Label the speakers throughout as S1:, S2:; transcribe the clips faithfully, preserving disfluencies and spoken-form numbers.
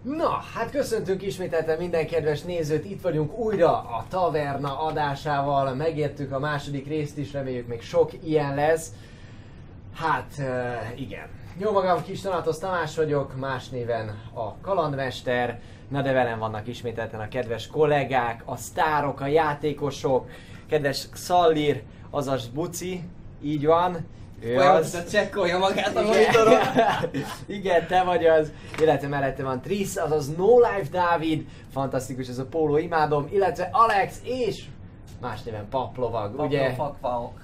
S1: Na, hát köszöntünk ismételten minden kedves nézőt, itt vagyunk újra a Taverna adásával, megértük a második részt is, reméljük még sok ilyen lesz. Hát, uh, igen. Jó magam, Kis Thanatos Tamás vagyok, más néven a Kalandmester, na de velem vannak ismételten a kedves kollégák, a sztárok, a játékosok, kedves Xallir, azaz Buci, így van. Ő
S2: az... csekkolja magát a monitoron.
S1: Igen, te vagy az. Illetve mellette van Trisz, azaz No Life Dávid. Fantasztikus ez a póló, imádom. Illetve Alex és más néven Paplovag, ugye?
S2: Paplovag.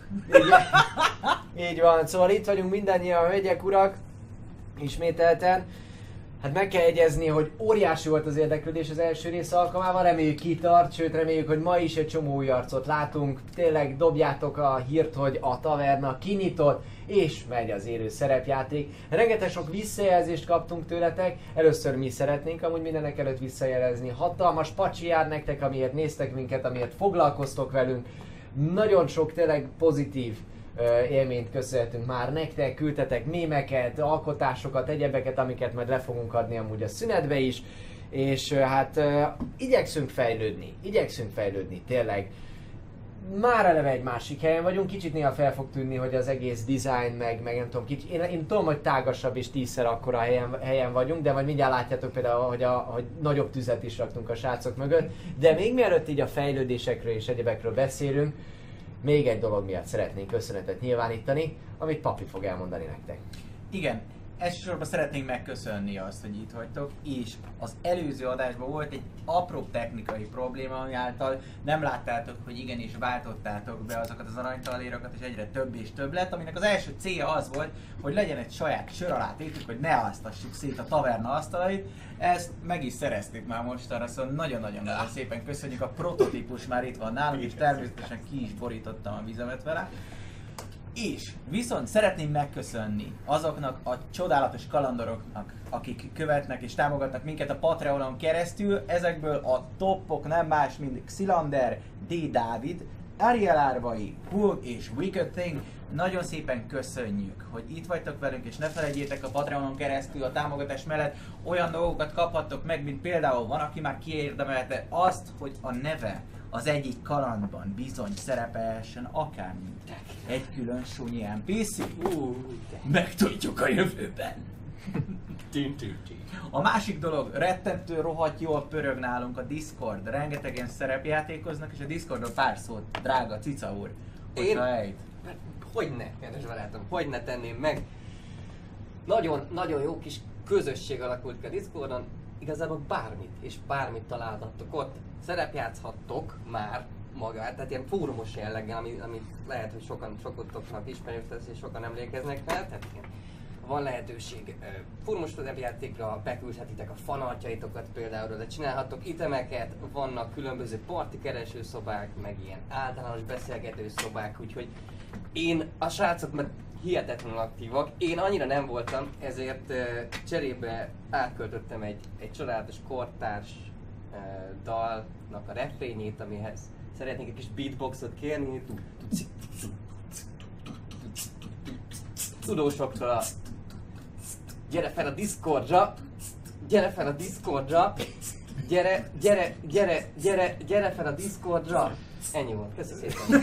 S1: Így van, szóval itt vagyunk mindannyian, hölgyek, urak. Ismételten. Hát meg kell egyezni, hogy óriási volt az érdeklődés az első rész alkalmával, reméljük kitart, sőt reméljük, hogy ma is egy csomó új arcot látunk. Tényleg dobjátok a hírt, hogy a taverna kinyitott, és megy az élő szerepjáték. Rengeteg sok visszajelzést kaptunk tőletek, először mi szeretnénk amúgy mindenek előtt visszajelezni. Hatalmas pacsi jár nektek, amiért néztek minket, amiért foglalkoztok velünk. Nagyon sok tényleg pozitív élményt köszönhetünk már nektek, küldtetek mémeket, alkotásokat, egyebeket, amiket majd le fogunk adni amúgy a szünetbe is, és hát uh, igyekszünk fejlődni, igyekszünk fejlődni, tényleg. Már eleve egy másik helyen vagyunk, kicsit néha fel fog tűnni, hogy az egész design, meg, meg nem tudom, kicsit, én, én tudom, hogy tágasabb és tízszer akkora helyen, helyen vagyunk, de majd mindjárt látjátok például, hogy, a, hogy nagyobb tüzet is raktunk a srácok mögött, de még mielőtt így a fejlődésekről és egyebekről beszélünk, még egy dolog miatt szeretnénk köszönetet nyilvánítani, amit Papi fog elmondani nektek.
S2: Igen, elsősorban szeretnénk megköszönni azt, hogy itt vagytok, és az előző adásban volt egy apró technikai probléma, ami által nem láttátok, hogy igenis váltottátok be azokat az aranytalérokat, és egyre több és több lett, aminek az első célja az volt, hogy legyen egy saját sör alá tétük, hogy ne asztassuk szét a taverna asztalait. Ezt meg is szereztük már mostanra, szóval nagyon-nagyon nagyon szépen köszönjük, a prototípus már itt van nálunk, és természetesen ki is borítottam a vizemet vele. És viszont szeretném megköszönni azoknak a csodálatos kalandoroknak, akik követnek és támogatnak minket a Patreonon keresztül. Ezekből a toppok nem más, mint Xilander, D. Dávid, Ariel Árvai, Hulk és Wicked Thing. Nagyon szépen köszönjük, hogy itt vagytok velünk, és ne felejtjétek, a Patreonon keresztül a támogatás mellett olyan dolgokat kaphattok meg, mint például van, aki már kiérdemelte azt, hogy a neve az egyik kalandban bizony szerepelhessen akár mint egy külön sunyi en pé cé. Uh, megtudjuk a jövőben. A másik dolog, rettentő rohadt jól pörög nálunk a Discord. Rengetegen szerepjátékoznak, és a Discordon pár szót, drága Cica úr.
S3: Én? Hogyne, kedves barátom, hogyne tenném meg. Nagyon, nagyon jó kis közösség alakult ki a Discordon. Igazából bármit és bármit találhattok ott. Szerepjátszhattok már magát, tehát ilyen fórumos jelleggel, amit, amit lehet, hogy sokan, sokotoknak ismerős lesz és sokan emlékeznek fel. Tehát igen, van lehetőség uh, fórumos szerepjátékra, beküldhetitek a fanartjaitokat például, de csinálhattok itemeket, vannak különböző parti keresőszobák, meg ilyen általános beszélgető szobák, úgyhogy én, a srácok mert hihetetlenül aktívak, én annyira nem voltam, ezért uh, cserébe átköltöttem egy, egy csodálatos kortárs uh, dalnak a refrényét, amihez szeretnék egy kis beatboxot kérni. Tudósokra, gyere fel a Discordra, gyere fel a Discordra, gyere, gyere, gyere, gyere, gyere fel a Discordra. Ennyi volt, köszönöm szépen.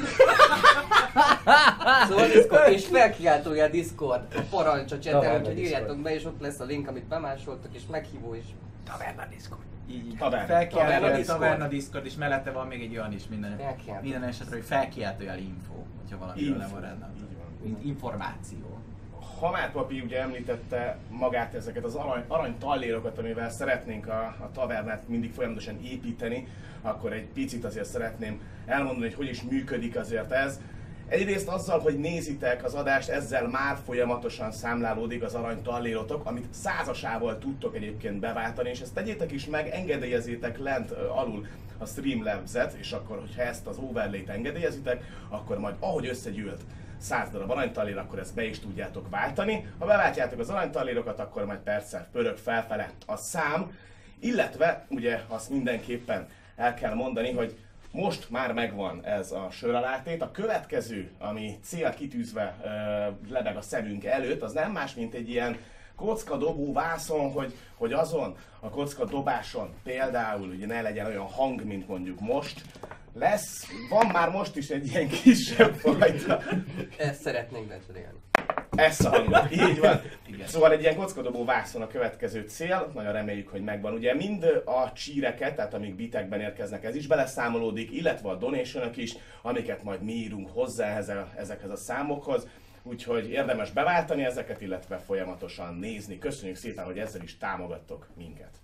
S3: Szóval Discord, és felkiáltója a Discord, a parancs a chaten, úgyhogy írjátok be, és ott lesz a link, amit bemásoltak, és meghívó is.
S1: Taverna Discord.
S2: Így, felkiáltója a Taverna Discord, és mellette van még egy olyan is minden, minden esetre, hogy felkiáltója info, hogyha valamiről lemaradnak. Mint információ.
S4: Ha már Papi ugye említette magát ezeket az arany, arany tallérokat, amivel szeretnénk a, a tavernát mindig folyamatosan építeni, akkor egy picit azért szeretném elmondani, hogy hogy is működik azért ez. Egyrészt azzal, hogy nézitek az adást, ezzel már folyamatosan számlálódik az arany tallérotok, amit százasával tudtok egyébként beváltani, és ezt tegyétek is meg, engedélyezzétek lent uh, alul a Streamlabs-et, és akkor, hogyha ezt az overlay-t engedélyezitek, akkor majd ahogy összegyűlt száz darab aranytallér, akkor ezt be is tudjátok váltani. Ha beváltjátok az aranytallérokat, akkor majd persze pörög felfele a szám, illetve ugye azt mindenképpen el kell mondani, hogy most már megvan ez a söralátét. A következő, ami cél kitűzve uh, lebeg a szemünk előtt, az nem más, mint egy ilyen kocka dobó vászon, hogy, hogy azon a kocka dobáson például ugye ne legyen olyan hang, mint mondjuk most, lesz, van már most is egy ilyen kisebb fajta.
S3: Ezt szeretnénk lecserélni.
S4: Ezt a hangot, így van. Igen. Szóval egy ilyen kockadobó vászon a következő cél, nagyon reméljük, hogy megvan. Ugye mind a csíreket, tehát amik bitekben érkeznek, ez is beleszámolódik, illetve a donationok is, amiket majd mi írunk hozzá ehhez a, ezekhez a számokhoz. Úgyhogy érdemes beváltani ezeket, illetve folyamatosan nézni. Köszönjük szépen, hogy ezzel is támogattok minket.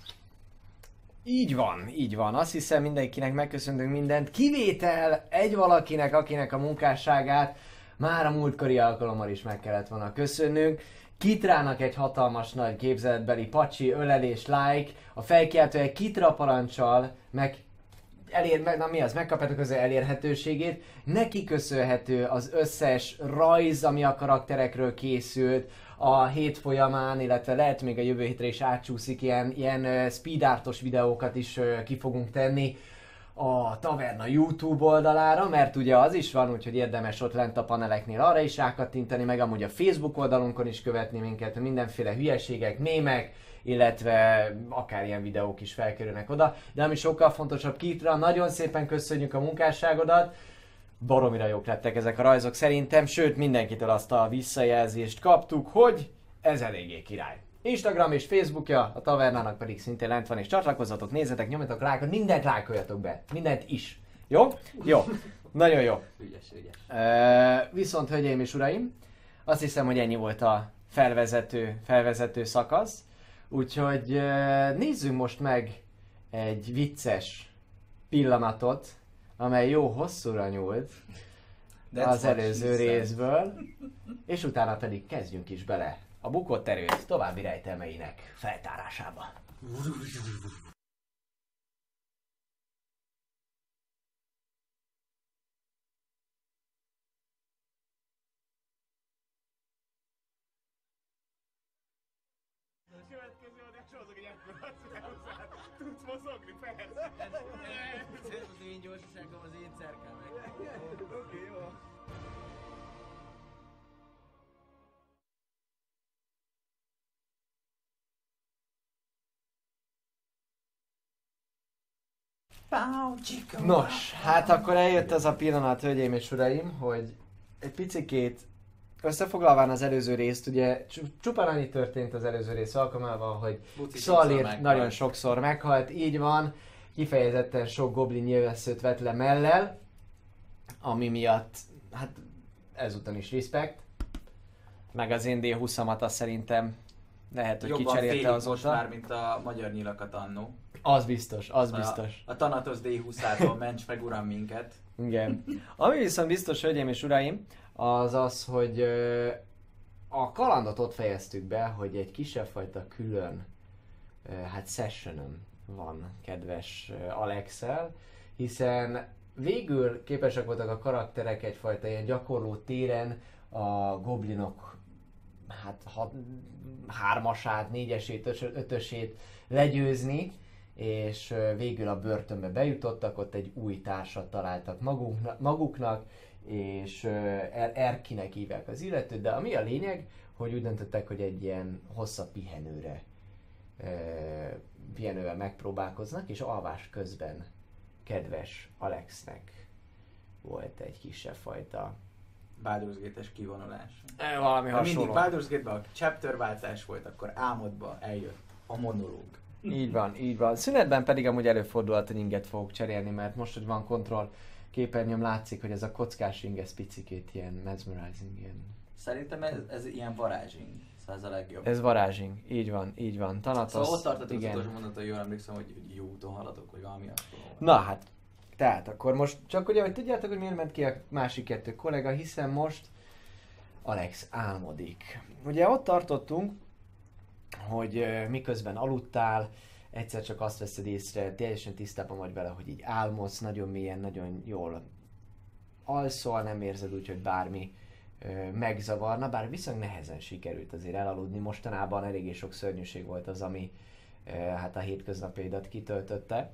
S1: Így van, így van. Azt hiszem mindenkinek megköszöntünk mindent. Kivétel egy valakinek, akinek a munkásságát már a múltkori alkalommal is meg kellett volna köszönnünk. Kitrának egy hatalmas nagy képzeletbeli pacsi, ölelés, like, a felkiáltója Kitra parancsal meg elér, meg, na mi az, megkapjátok az elérhetőségét. Neki köszönhető az összes rajz, ami a karakterekről készült a hét folyamán, illetve lehet még a jövő hétre is átcsúszik, ilyen, ilyen uh, speed artos videókat is uh, ki fogunk tenni a Taverna YouTube oldalára, mert ugye az is van, úgyhogy érdemes ott lent a paneleknél arra is rákattintani, meg amúgy a Facebook oldalunkon is követni minket, mindenféle hülyeségek, mémek, illetve akár ilyen videók is felkerülnek oda. De ami sokkal fontosabb, Kitra, nagyon szépen köszönjük a munkásságodat, baromira jók lettek ezek a rajzok szerintem, sőt mindenkitől azt a visszajelzést kaptuk, hogy ez eléggé király. Instagram és Facebookja, a Tavernának pedig szintén lent van, és csatlakozzatok, nézzetek, nyomjatok lájkot, mindent lájkoljatok be, mindent is. Jó? Jó. Nagyon jó.
S3: Ügyes, ügyes.
S1: Uh, viszont, hölgyeim és uraim, azt hiszem, hogy ennyi volt a felvezető, felvezető szakasz. Úgyhogy uh, nézzünk most meg egy vicces pillanatot, amely jó hosszúra nyúlt
S2: That's
S1: az
S2: what
S1: előző
S2: she said.
S1: részből, és utána pedig kezdjünk is bele a bukott erőt további rejtelmeinek feltárásába.
S4: Következő adás azok, hogy ekkor tudsz mozogni, persze.
S2: Ez az én gyorsaságom az én cerkámnak.
S4: Oké, jó.
S1: Nos, hát akkor eljött az a pillanat, hölgyeim és uraim, hogy egy picikét összefoglalván az előző részt, ugye csupán annyi történt az előző rész alkalmával, hogy
S2: Buci sokszor
S1: Szalir
S2: meghalt.
S1: nagyon sokszor meghalt, így van, kifejezetten sok goblin nyilvesszőt vett le mellel, ami miatt, hát ezúton is respect, meg az én dé húszamat azt szerintem lehet, hogy
S2: Jobban
S1: kicserélte
S2: félik most
S1: azóta.
S2: már, mint a magyar nyilakat annó.
S1: Az biztos, az biztos.
S2: A, a Thanatos dé húszától ments meg uram minket.
S1: Igen. Ami viszont biztos, hölgyeim és uraim, az az, hogy ö, a kalandot ott fejeztük be, hogy egy kisebb fajta külön ö, hát sessionom van kedves ö, Alexel, hiszen végül képesek voltak a karakterek egyfajta ilyen gyakorló téren a goblinok hát hat, hármasát, négyesét, ös- ötösét legyőzni, és ö, végül a börtönbe bejutottak, ott egy új társat találtak maguknak, maguknak és uh, er- Erkinek hívják az illetőt, de ami a lényeg, hogy úgy döntöttek, hogy egy ilyen hosszabb pihenőre uh, pihenővel megpróbálkoznak, és alvás közben kedves Alexnek volt egy kisebb fajta
S2: Baldur's Gate-es kivonulás.
S1: e, valami
S2: Ha mindig
S1: hasonló.
S2: Baldur's Gate-ben a chapterváltás volt, akkor álmodba eljött a monológ.
S1: Így van, így van. Szünetben pedig amúgy előfordulhat, hogy inget fogok cserélni, mert most, hogy van kontroll képernyőm, látszik, hogy ez a kockás ing, ez picikét ilyen mesmerizing, ilyen.
S2: Szerintem ez, ez ilyen varázsing, szóval ez a legjobb.
S1: Ez varázsing, így van, így van. Thanatos,
S2: Szóval ott tartott az
S1: igen.
S2: utolsó mondaton, jól emlékszem, hogy hogy jó úton haladok, vagy valami hasonló.
S1: Na hát, tehát akkor most csak ugye, hogy tudjátok, hogy miért ment ki a másik kettő kollega, hiszen most Alex álmodik. Ugye ott tartottunk, hogy uh, miközben aludtál, egyszer csak azt veszed észre, teljesen tisztában vagy vele, hogy így álmodsz, nagyon mélyen, nagyon jól alszol, nem érzed úgy, hogy bármi uh, megzavarna, bár viszonylag nehezen sikerült azért elaludni. Mostanában eléggé sok szörnyűség volt az, ami uh, hát a hétköznapjaidat kitöltötte.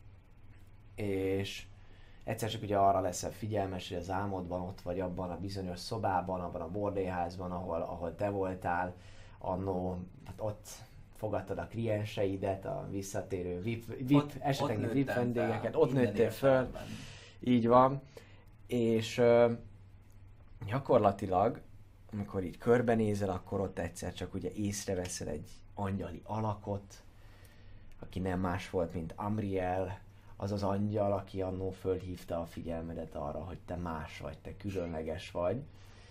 S1: És egyszer csak ugye arra leszel figyelmes, hogy az álmodban ott vagy abban a bizonyos szobában, abban a bordélyházban, ahol, ahol te voltál, annó hát ott fogadtad a klienseidet, a visszatérő V I P, V I P esetleg V I P vendégeket, ott nőttél föl, így van, és uh, gyakorlatilag, amikor így körbenézel, akkor ott egyszer csak ugye észreveszel egy angyali alakot, aki nem más volt, mint Amriel, az az angyal, aki annó fölhívta a figyelmedet arra, hogy te más vagy, te különleges vagy,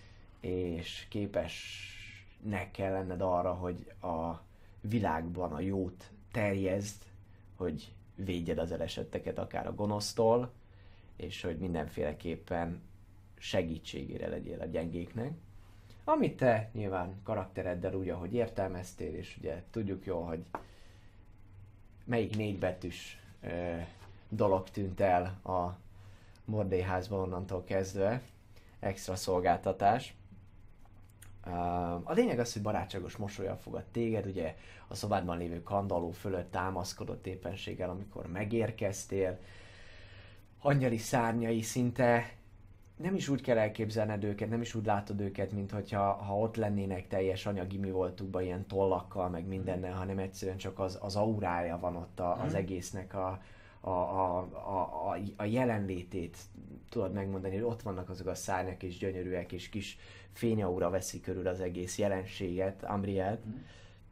S1: és képesnek kell lenned arra, hogy a világban a jót terjezd, hogy védjed az elesetteket akár a gonosztól, és hogy mindenféleképpen segítségére legyél a gyengéknek. Amit te nyilván karaktereddel úgy, ahogy értelmeztél, és ugye tudjuk jól, hogy melyik négybetűs ö, dolog tűnt el a Mordéházban onnantól kezdve, extra szolgáltatás. Uh, a lényeg az, hogy barátságos mosollyal fogad téged, ugye a szobádban lévő kandalló fölött támaszkodott éppenséggel, amikor megérkeztél. Angyali szárnyai szinte nem is úgy kell elképzelned őket, nem is úgy látod őket, mint hogyha ha ott lennének teljes anyagi mi voltukban, ilyen tollakkal, meg mindennel, hanem egyszerűen csak az, az aurája van ott a, az egésznek a, a, a, a, a, a jelenlétét tudod megmondani, hogy ott vannak azok a szárnyak és gyönyörűek, és kis fényaura veszi körül az egész jelenséget, Amrielt. Mm.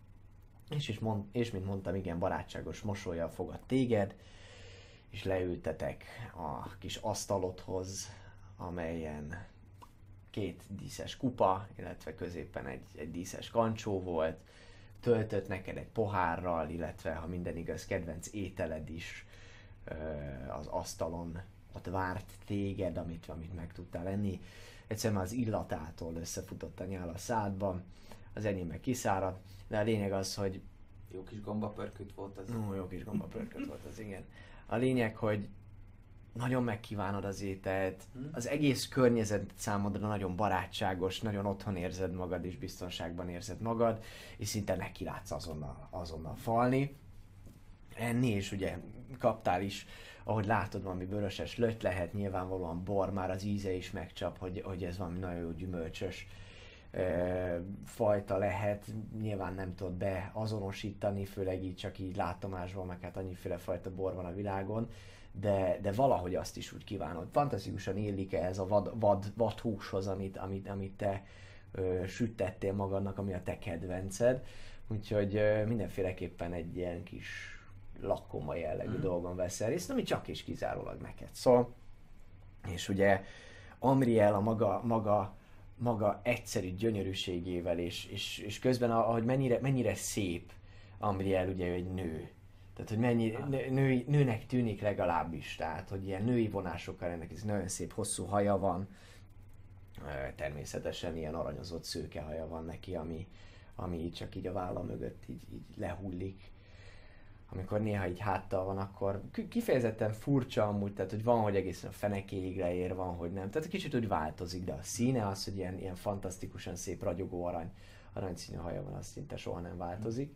S1: És, és, mond, és mint mondtam, igen, barátságos mosollyal fogad téged, és leültetek a kis asztalodhoz, amelyen két díszes kupa, illetve középen egy, egy díszes kancsó volt, töltött neked egy pohárral, illetve, ha minden igaz, kedvenc ételed is az asztalon ott várt téged, amit, amit meg tudtál enni. Egyszerűen az illatától összefutott a nyál a szádban, az enyém meg kiszáradt, de a lényeg az, hogy...
S2: Jó kis gombapörköt volt az.
S1: Ó, jó kis gombapörköt volt az, igen. A lényeg, hogy nagyon megkívánod az ételt, az egész környezet számodra nagyon barátságos, nagyon otthon érzed magad és biztonságban érzed magad, és szinte neki látsz azonnal, azonnal falni. Enni, és ugye kaptál is, ahogy látod, valami vöröses löty lehet, nyilvánvalóan bor, már az íze is megcsap, hogy, hogy ez valami nagyon jó gyümölcsös e, fajta lehet. Nyilván nem tudod beazonosítani, főleg így csak így látomásban, meg hát annyiféle fajta bor van a világon, de, de valahogy azt is úgy kívánod. Fantasztikusan illik ehhez a vad, vad, vadhúshoz, amit, amit, amit te ö, sütettél magadnak, ami a te kedvenced. Úgyhogy ö, mindenféleképpen egy ilyen kis lakkoma jellegű mm. dolgon veszel részt, ami csak is kizárólag neked szól. És ugye Amriel a maga, maga, maga egyszerű gyönyörűségével, és, és, és közben ahogy mennyire, mennyire szép Amriel, ugye ő egy nő. Tehát, hogy mennyi nő, nőnek tűnik legalábbis, tehát, hogy ilyen női vonásokkal rendelkezik, nagyon szép hosszú haja van, természetesen ilyen aranyozott szőke haja van neki, ami, ami csak így a válla mögött így, így lehullik. Amikor néha így háttal van, akkor kifejezetten furcsa amúgy, tehát hogy van, hogy egészen a fenekéig leér, van, hogy nem. Tehát kicsit úgy változik, de a színe az, hogy ilyen, ilyen fantasztikusan szép ragyogó arany, aranyszínű haja van, az szinte soha nem változik.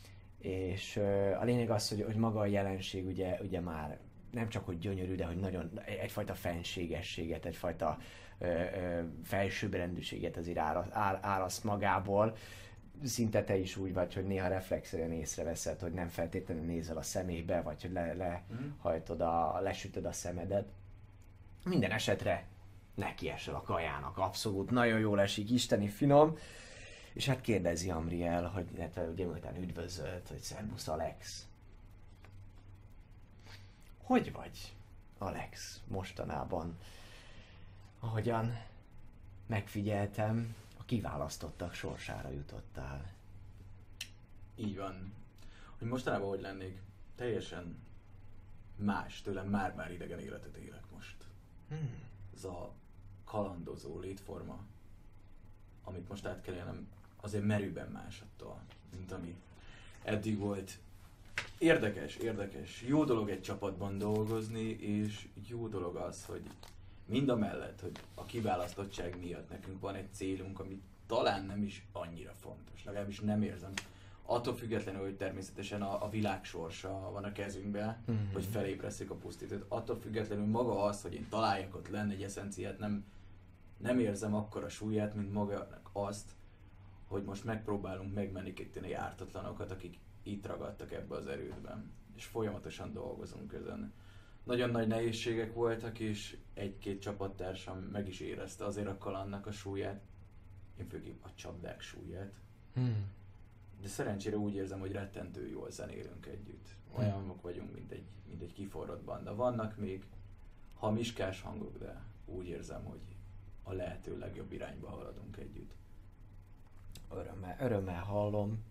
S1: És uh, a lényeg az, hogy, hogy maga a jelenség ugye, ugye már nem csak hogy gyönyörű, de hogy nagyon egyfajta fenségességet, egyfajta uh, uh, felsőbbrendűséget azért áraszt magából. Szinte te is úgy vagy, hogy néha reflexzerűen észreveszed, hogy nem feltétlenül nézel a szemébe, vagy hogy lehajtod, le a, lesütöd a szemedet. Minden esetre nekiesel a kajának, abszolút nagyon jól esik, isteni finom. És hát kérdezi Amriel, hogy illetve ugye miután üdvözölt, hogy szervusz Alex. Hogy vagy, Alex, mostanában? Ahogyan megfigyeltem, a kiválasztottak sorsára jutottál.
S5: Így van. Hogy mostanában hogy lennék, teljesen más tőlem, már-már idegen életet élek most. Hmm. Ez a kalandozó létforma, amit most át kell élnem, azért merőben más attól, mint ami eddig volt. Érdekes, érdekes. Jó dolog egy csapatban dolgozni, és jó dolog az, hogy mind a mellett, hogy a kiválasztottság miatt nekünk van egy célunk, ami talán nem is annyira fontos, legalábbis nem érzem. Attól függetlenül, hogy természetesen a, a világ sorsa van a kezünkben, mm-hmm. hogy felébresztjük a pusztítót, attól függetlenül maga az, hogy én találjak ott lenn egy eszenciát, nem, nem érzem akkora súlyát, mint magának azt, hogy most megpróbálunk megmenekíteni ártatlanokat, akik itt ragadtak ebbe az erődben. És folyamatosan dolgozunk ezen. Nagyon nagy nehézségek voltak, és egy-két csapattársam meg is érezte azért a kalandnak a súlyát. Én főképp a csapdák súlyát.
S1: Hmm.
S5: De szerencsére úgy érzem, hogy rettentő jól zenélünk együtt. Olyanok vagyunk, mint egy, mint egy kiforrott banda. Vannak még hamiskás hangok, de úgy érzem, hogy a lehető legjobb irányba haladunk együtt.
S1: Örömmel, örömmel hallom.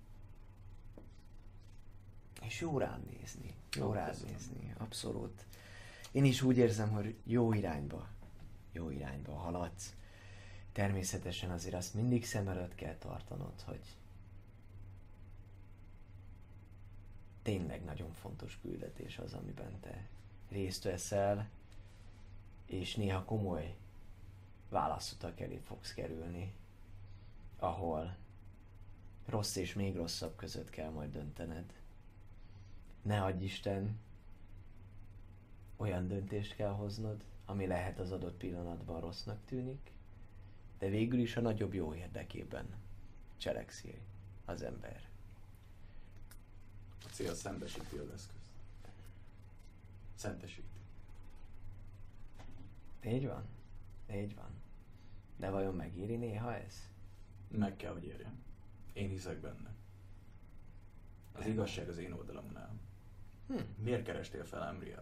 S1: És jó rád nézni. Jó
S5: Jó,
S1: rád
S5: köszönöm.
S1: nézni, abszolút. Én is úgy érzem, hogy jó irányba, jó irányba haladsz. Természetesen azért azt mindig szem előtt kell tartanod, hogy tényleg nagyon fontos küldetés az, amiben te részt veszel, és néha komoly válaszutak elé fogsz kerülni, ahol rossz és még rosszabb között kell majd döntened. Ne adj Isten, olyan döntést kell hoznod, ami lehet az adott pillanatban rossznak tűnik, de végül is a nagyobb jó érdekében cselekszi az ember.
S5: A cél szembesíti az eszközt. Szentesíti.
S1: Így van? Így van. De vajon megéri néha ez?
S5: Meg kell, hogy érjem. Én hiszek benne. Az igazság az én oldalamon áll.
S1: Hm.
S5: Miért kerestél fel Emriel?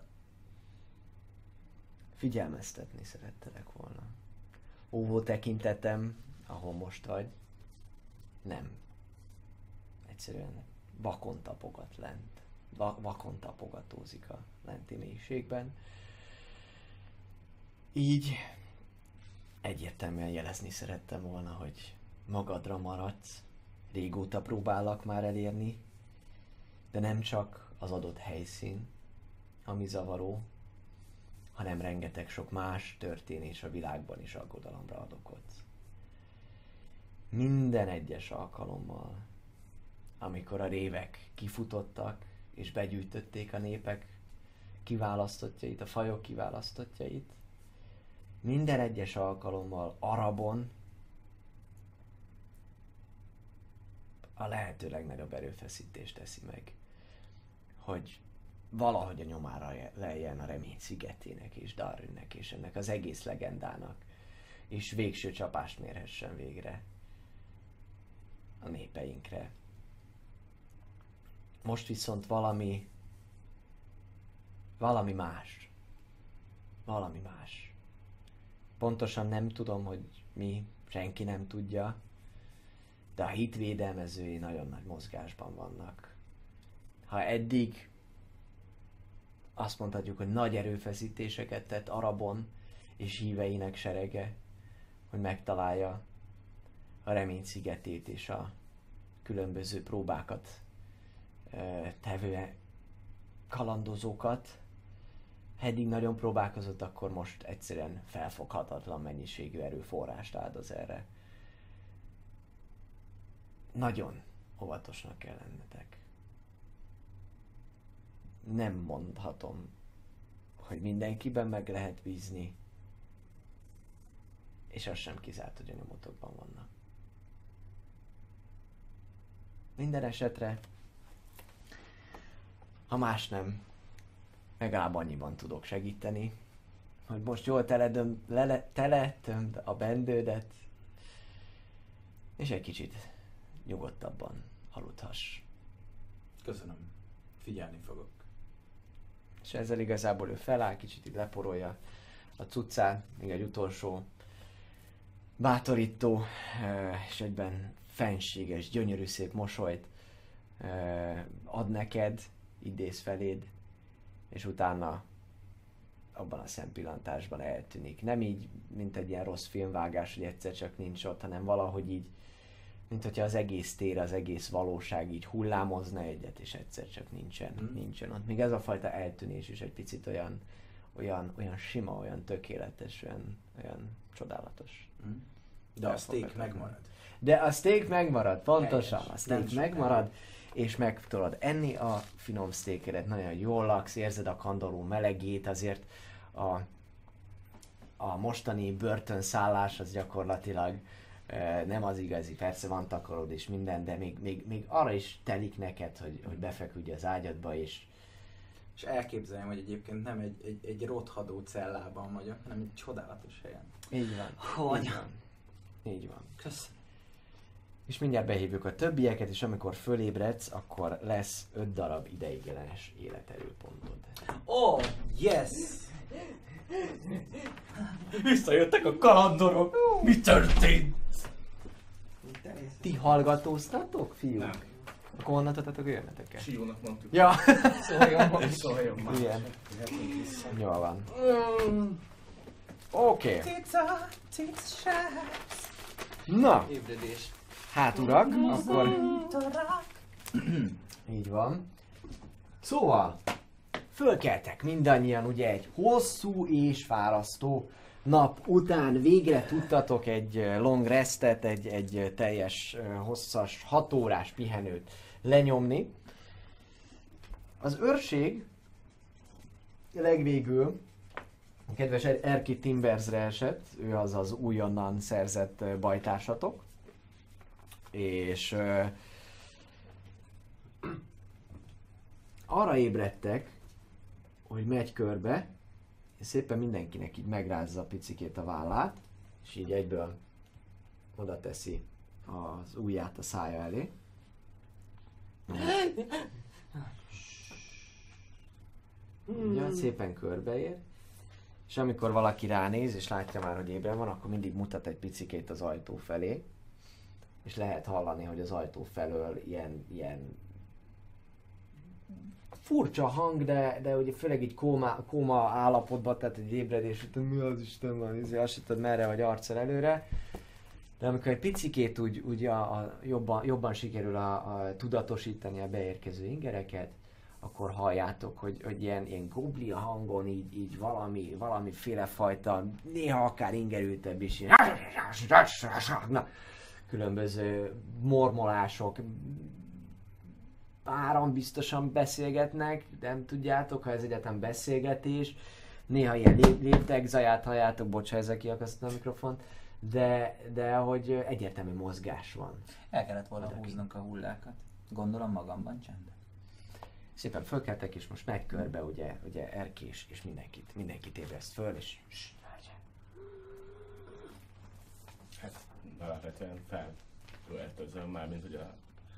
S1: Figyelmeztetni szerettelek volna. Óvó tekintetem, ahol most vagy, nem. Egyszerűen vakon tapogat lent. Va- vakon tapogatózik a lenti mélységben. Így egyértelműen jelezni szerettem volna, hogy magadra maradsz. Régóta próbálok már elérni, de nem csak az adott helyszín, ami zavaró, hanem rengeteg sok más történés a világban is aggodalomra ad okot. Minden egyes alkalommal, amikor a révek kifutottak és begyűjtötték a népek kiválasztottjait, a fajok kiválasztottjait, minden egyes alkalommal Arabon a lehető legnagyobb erőfeszítést teszi meg, hogy valahogy a nyomára lejjen a Remény szigetének és Darrinnek és ennek az egész legendának, és végső csapást mérhessen végre a népeinkre. Most viszont valami, valami más. Valami más. Pontosan nem tudom, hogy mi, senki nem tudja, de a hit védelmezői nagyon nagy mozgásban vannak. Ha eddig azt mondhatjuk, hogy nagy erőfeszítéseket tett Arabon és híveinek serege, hogy megtalálja a Remény szigetét és a különböző próbákat e, tevő kalandozókat. Ha eddig nagyon próbálkozott, akkor most egyszerűen felfoghatatlan mennyiségű erőforrást áldoz erre. Nagyon óvatosnak kell lennetek. Nem mondhatom, hogy mindenkiben meg lehet bízni, és az sem kizárt, hogy a nyomotokban vannak. Minden esetre, ha más nem, legalább annyiban tudok segíteni, hogy most jól teledöm, lele, teletömd a bendődet, és egy kicsit nyugodtabban aludhass.
S5: Köszönöm. Figyelni fogok.
S1: És ezzel igazából ő feláll, kicsit így leporolja a cuccát, még egy utolsó bátorító és egyben fenséges, gyönyörű szép mosolyt ad neked, idéz feléd, és utána abban a szempillantásban eltűnik. Nem így, mint egy ilyen rossz filmvágás, hogy egyszer csak nincs ott, hanem valahogy így, mint hogyha az egész tér, az egész valóság így hullámozna egyet, és egyszer csak nincsen,
S5: Mm.
S1: nincsen ott. Még ez a fajta eltűnés is egy picit olyan, olyan, olyan sima, olyan tökéletes, olyan, olyan csodálatos.
S5: Hm? De a
S1: Elfogadhatatlan.
S5: steak megmarad.
S1: De a steak megmarad, pontosan,
S5: Helyes.
S1: a steak
S5: Nem
S1: megmarad, és meg tudod enni a finom steakedet, nagyon jól laksz, érzed a kandalló melegét, azért a, a mostani börtönszállás az gyakorlatilag nem az igazi, persze van takarod és minden, de még, még, még arra is telik neked, hogy, hogy befeküdj az ágyadba és...
S5: És elképzeljem, hogy egyébként nem egy, egy, egy rothadó cellában vagyok, hanem egy csodálatos helyen.
S1: Így van.
S3: Hogy?
S1: Így van. Így van.
S3: Kösz.
S1: És mindjárt behívjuk a többieket, és amikor fölébredsz, akkor lesz öt darab ideiglenes életerőpontod.
S2: Oh, yes!
S5: Visszajöttek a kalandorok! Mi történt?
S1: Ti hallgatóztatok, fiúk?
S4: Nem.
S1: Akkor honnan tudtatok, hogy jönnetek el?
S4: Siónak mondtuk.
S1: Ja,
S3: Szóljon.
S4: Szóljon már.
S1: igen.
S4: Jöhetünk vissza.
S1: Jól van. Oké. Okay. Na,
S3: Ébredés.
S1: hát urak, akkor... Így van. Szóval, fölkeltek mindannyian, ugye egy hosszú és fárasztó nap után végre tudtatok egy eh, long restet, egy, egy eh, teljes, eh, hosszas, hat órás pihenőt lenyomni. Az őrség legvégül a kedves Er- Erki Timbersre esett, ő az az újonnan szerzett eh, bajtársatok. És uh, arra ébredtek, hogy megy körbe, és szépen mindenkinek így megrázza picikét a vállát, és így egyből oda teszi az ujját a szája elé. Ugye, szépen körbeér, és amikor valaki ránéz, és látja már, hogy ébren van, akkor mindig mutat egy picikét az ajtó felé, és lehet hallani, hogy az ajtó felől ilyen, ilyen furcsa hang, de, de ugye főleg így kóma, kóma állapotban, tehát egy ébredés után, mi az Isten van, izé, azt tudod merre vagy arccal előre. De amikor egy picikét úgy, úgy a, a jobban, jobban sikerül a, a tudatosítani a beérkező ingereket, akkor halljátok, hogy, hogy ilyen, ilyen goblia hangon így, így valami, valamiféle fajta, néha akár ingerültebb is, ilyen na, különböző mormolások, páran biztosan beszélgetnek, nem tudjátok, ha ez egyetem beszélgetés, néha ilyen lép- léptegzaját halljátok, bocs, ha ezzel kiakasztom a mikrofont, de, de hogy egyértelmű mozgás van.
S2: El kellett volna
S1: Odaki.
S2: húznunk a hullákat. Gondolom magamban csend.
S1: Szépen fölkeltek, és most megy körbe, ugye, ugye Erki és, és mindenkit, mindenkit ébreszt föl, és
S4: Hát alapvetően felöltözöm már, mint hogy a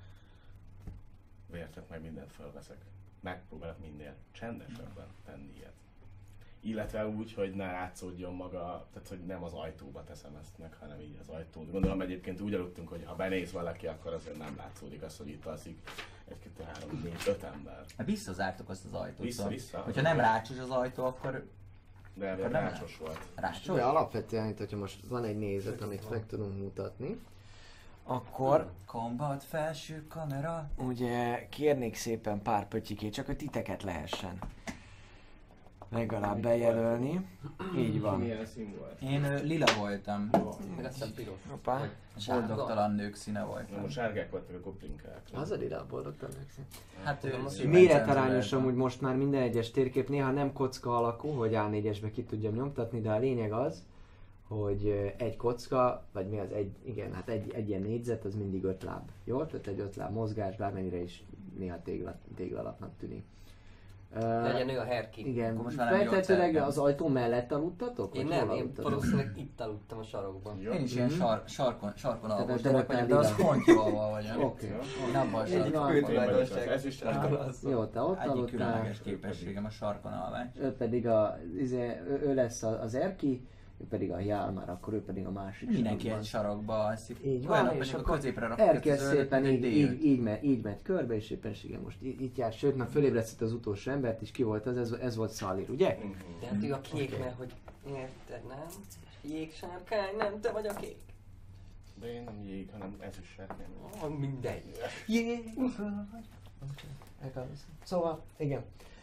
S4: vértet meg mindent fölveszek. Megpróbálok minél csendesebben tenni ilyet. Illetve úgy, hogy ne látszódjon maga, tehát hogy nem az ajtóba teszem ezt meg, hanem így az ajtón. Gondolom egyébként úgy aludtunk, hogy ha benéz valaki, akkor azért nem látszódik az, hogy itt alszik egy, kettő, három, négy, öt ember.
S2: Hát visszazártuk azt az ajtót.
S4: Vissza,
S2: szóval,
S4: vissza.
S2: Hogyha nem rácsos az ajtó, akkor
S4: De elég
S2: Akkor nem
S4: rácsos volt.
S2: rácsos.
S1: de alapvetően, itt, hogyha most van egy nézet, amit meg tudunk mutatni, akkor
S2: Combat felső kamera.
S1: ugye kérnék szépen pár pötyikét, csak hogy titeket lehessen legalább bejelölni. Így van.
S4: Milyen szín volt?
S2: Én ö, lila voltam.
S3: Meg aztán piros.
S1: Hoppá.
S2: Boldogtalan nők színe
S4: Na
S2: voltam.
S4: most sárgák voltak a koplinkák.
S1: Az a lila boldogtalan.
S2: Hát ő
S1: Méretarányos amúgy most már minden egyes térkép, néha nem kocka alakú, hogy á négyesbe ki tudjam nyomtatni, de a lényeg az, hogy egy kocka, vagy mi az egy, igen, hát egy, egy ilyen négyzet, az mindig öt láb. Jó? Tehát egy öt láb mozgás, bármennyire is néha tégla, téglalapnak tűnik.
S3: Legyen ő a Herki.
S1: Igen,
S2: Akkor most már nem
S1: feltetőleg
S2: nyolc
S1: az ajtó mellett aludtatok?
S3: Én
S1: Vagy
S3: nem,
S1: hol
S3: én
S1: aludtatok?
S3: valószínűleg itt aludtam a sarokban.
S4: Jó?
S2: Én is ilyen sar, sarkon, sarkon alvos
S1: te
S2: gyerek
S1: voltál
S2: vagyok, de az
S1: lila.
S2: pontyolval vagyok.
S1: Oké.
S2: Én abban a
S1: Így
S2: sarkon.
S1: van.
S4: Én vagyok az ezüstárka.
S1: Jó, te ott
S2: Egyik
S1: aludtál,
S2: különleges képességem a sarkon alvás.
S1: ő pedig a, izé, ő, ő lesz a- az Erki, ő pedig a Jálmár, akkor ő pedig a másik
S2: Mindenki
S1: sarokban.
S2: egy sarokba alszik.
S1: Így
S2: Olyan
S1: van,
S2: nap
S1: és
S2: pedig a
S1: akkor
S2: középre rakjuk
S1: elkezd
S2: az zöldet,
S1: szépen
S2: mint
S1: így,
S2: egy
S1: így,
S2: dél.
S1: így, megy, így megy körbe, és éppenséggel most í- itt jár, sőt, már fölébresztett az utolsó embert, és ki volt az, ez, ez volt Szalir, ugye?
S3: De hát ő a kék, mert hogy érted, nem? Jégsárkány, nem, te vagy a kék.
S4: De én nem jég, hanem ezüstsárkány.
S3: Oh, mindegy.
S1: Jé! Szóval, igen.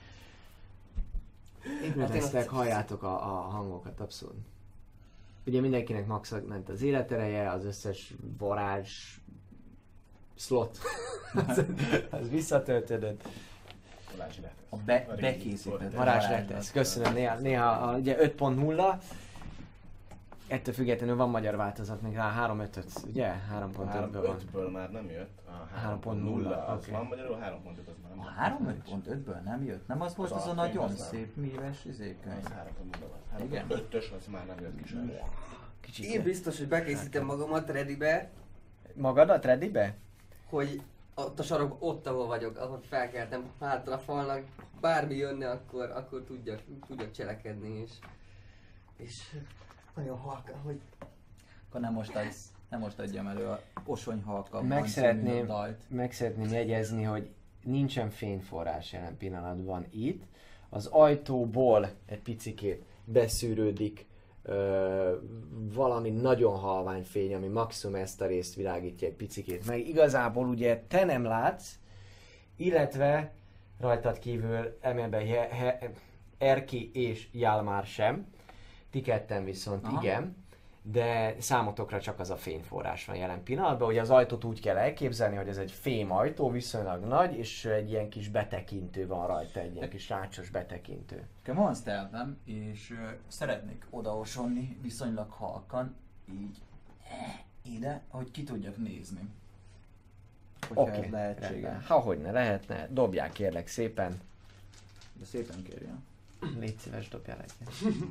S1: Ébredeztek, halljátok a, a hangokat, abszolút. Ugye mindenkinek max ment az életereje, az összes varázs slot, az, az visszatöltődött.
S4: Balázsi letesz.
S2: A be-
S4: A régi
S2: bekészített
S4: volt.
S1: Varázs letesz, köszönöm, néha, néha a, ugye öt pont nulla. ettől függetlenül van magyar változat, még rá három öt öt, ugye? három pont ötből van.
S4: ötből már nem jött, a
S1: három pont nulla,
S4: az
S1: oké.
S4: van magyarul, három pont öt az már nem
S5: A
S4: van.
S5: három pont ötből nem jött? Nem az volt
S4: Az
S5: az a
S4: alapkönyv,
S5: nagyon
S4: az nem.
S5: szép műves izékönyv?
S4: Az három pont nulla van.
S5: Igen.
S4: három pont ötös az már nem jött ki sajnos.
S1: Kicsit.
S3: Én biztos, hogy bekészítem magamat readybe,
S1: Magadat readybe?
S3: hogy ott a sarokban, ott ahol vagyok, ahol felkeltem hátra a falnak, bármi jönne, akkor, akkor tudjak, tudjak cselekedni, és, és nagyon halkan, hogy
S5: Akkor nem most adsz, nem most adjam elő a Osonyhalka
S1: Meg szeretném,
S5: dalt.
S1: meg szeretném jegyezni, hogy nincsen fényforrás jelen pillanatban itt. Az ajtóból egy picikét beszűrődik ö, valami nagyon halvány fény, ami maximum ezt a részt világítja egy picikét meg. Igazából ugye te nem látsz, illetve rajtad kívül emelben He- He- Erki és Jalmár sem. Ti ketten viszont
S5: Aha.
S1: igen. De számotokra csak az a fényforrás van jelen pillanatban. Ugye az ajtót úgy kell elképzelni, hogy ez egy fém ajtó, viszonylag nagy, és egy ilyen kis betekintő van rajta, egy ilyen kis rácsos betekintő.
S5: Nekem van stealth-em, és ö, szeretnék odaosonni viszonylag halkan, így eh, ide, hogy ki tudjak nézni. Hogyha
S1: Oké,
S5: ez
S1: okay,
S5: lehetséges.
S1: ha hogy ne lehetne, dobják kérlek szépen.
S5: De szépen kérjem.
S1: Légy szíves, dobjál egyet.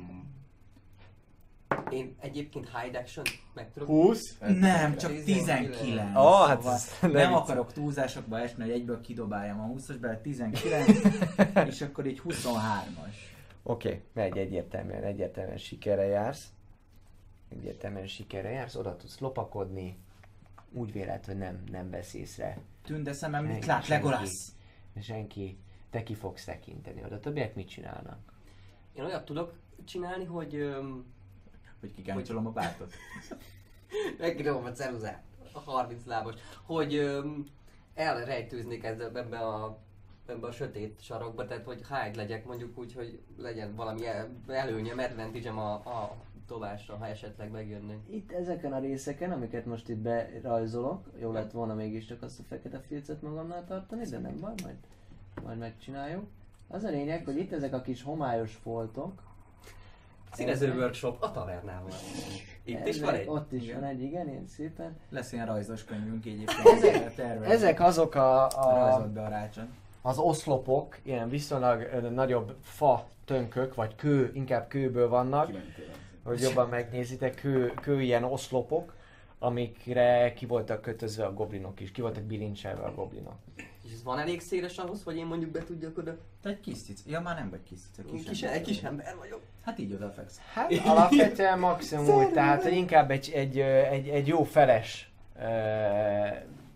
S3: én egyébként hide action meg tudok.
S1: húsz?
S5: Nem, csak
S3: tizenkilenc.
S5: tizenkilenc.
S1: Ó, hát
S5: Szóval
S1: ez ne
S5: nem
S1: vicc.
S5: akarok túlzásokba esni, hogy egyből kidobáljam a húszas, bele tizenkilenc, és akkor így huszonhármas.
S1: Oké, okay, megy egyértelműen, egyértelműen sikerre jársz. Egyértelműen sikerre jársz, oda tudsz lopakodni. Úgy véled, hogy nem, nem vesz észre.
S5: Tünde szemem, mit
S1: Senki-
S5: lát Legolas?
S1: Senki, te ki fogsz tekinteni oda. Többiek mit csinálnak?
S3: Én olyat tudok csinálni, hogy öm,
S5: Hogy kikáncolom a bátot.
S3: megírom a ceruzát, a harminc lábos, hogy öm, elrejtőznék ezzel ebbe a, ebbe a sötét sarokba, tehát hogy hide legyek mondjuk úgy, hogy legyen valami el, előnyem, advantage-em a, a dobásra, ha esetleg megjönnek.
S1: Itt ezeken a részeken, amiket most itt berajzolok, jó lett volna mégiscsak azt a fekete filcet magamnál tartani, de nem baj, majd, majd megcsináljuk. Az a lényeg, hogy itt ezek a kis homályos foltok.
S3: Színező workshop a tavernával. Itt is van
S1: ezek-
S3: egy?
S1: Ott is
S5: Igen.
S1: van egy, igen, ilyen szépen.
S5: Lesz ilyen rajzos könyvünk egyébként.
S1: Ezek-
S5: tervezem.
S1: Ezek azok a, a,
S5: Rajzolt be a rácson.
S1: az oszlopok, ilyen viszonylag ö, nagyobb fa tönkrök, vagy kő, inkább kőből vannak, hogy jobban megnézitek, kő, kő ilyen oszlopok, amikre ki voltak kötözve a goblinok is, ki voltak bilincselve a goblinok.
S3: És ez van elég széles ahhoz, hogy én mondjuk be tudjak oda?
S5: Te egy kis cic. Ja, már nem vagy kis cic, egy
S3: Én
S5: kis,
S3: kis,
S5: ember.
S3: egy kis ember vagyok.
S5: Hát így odafeksz.
S1: Hát alapvetően maximum úgy, tehát hogy inkább egy, egy, ö, egy, egy jó feles uh,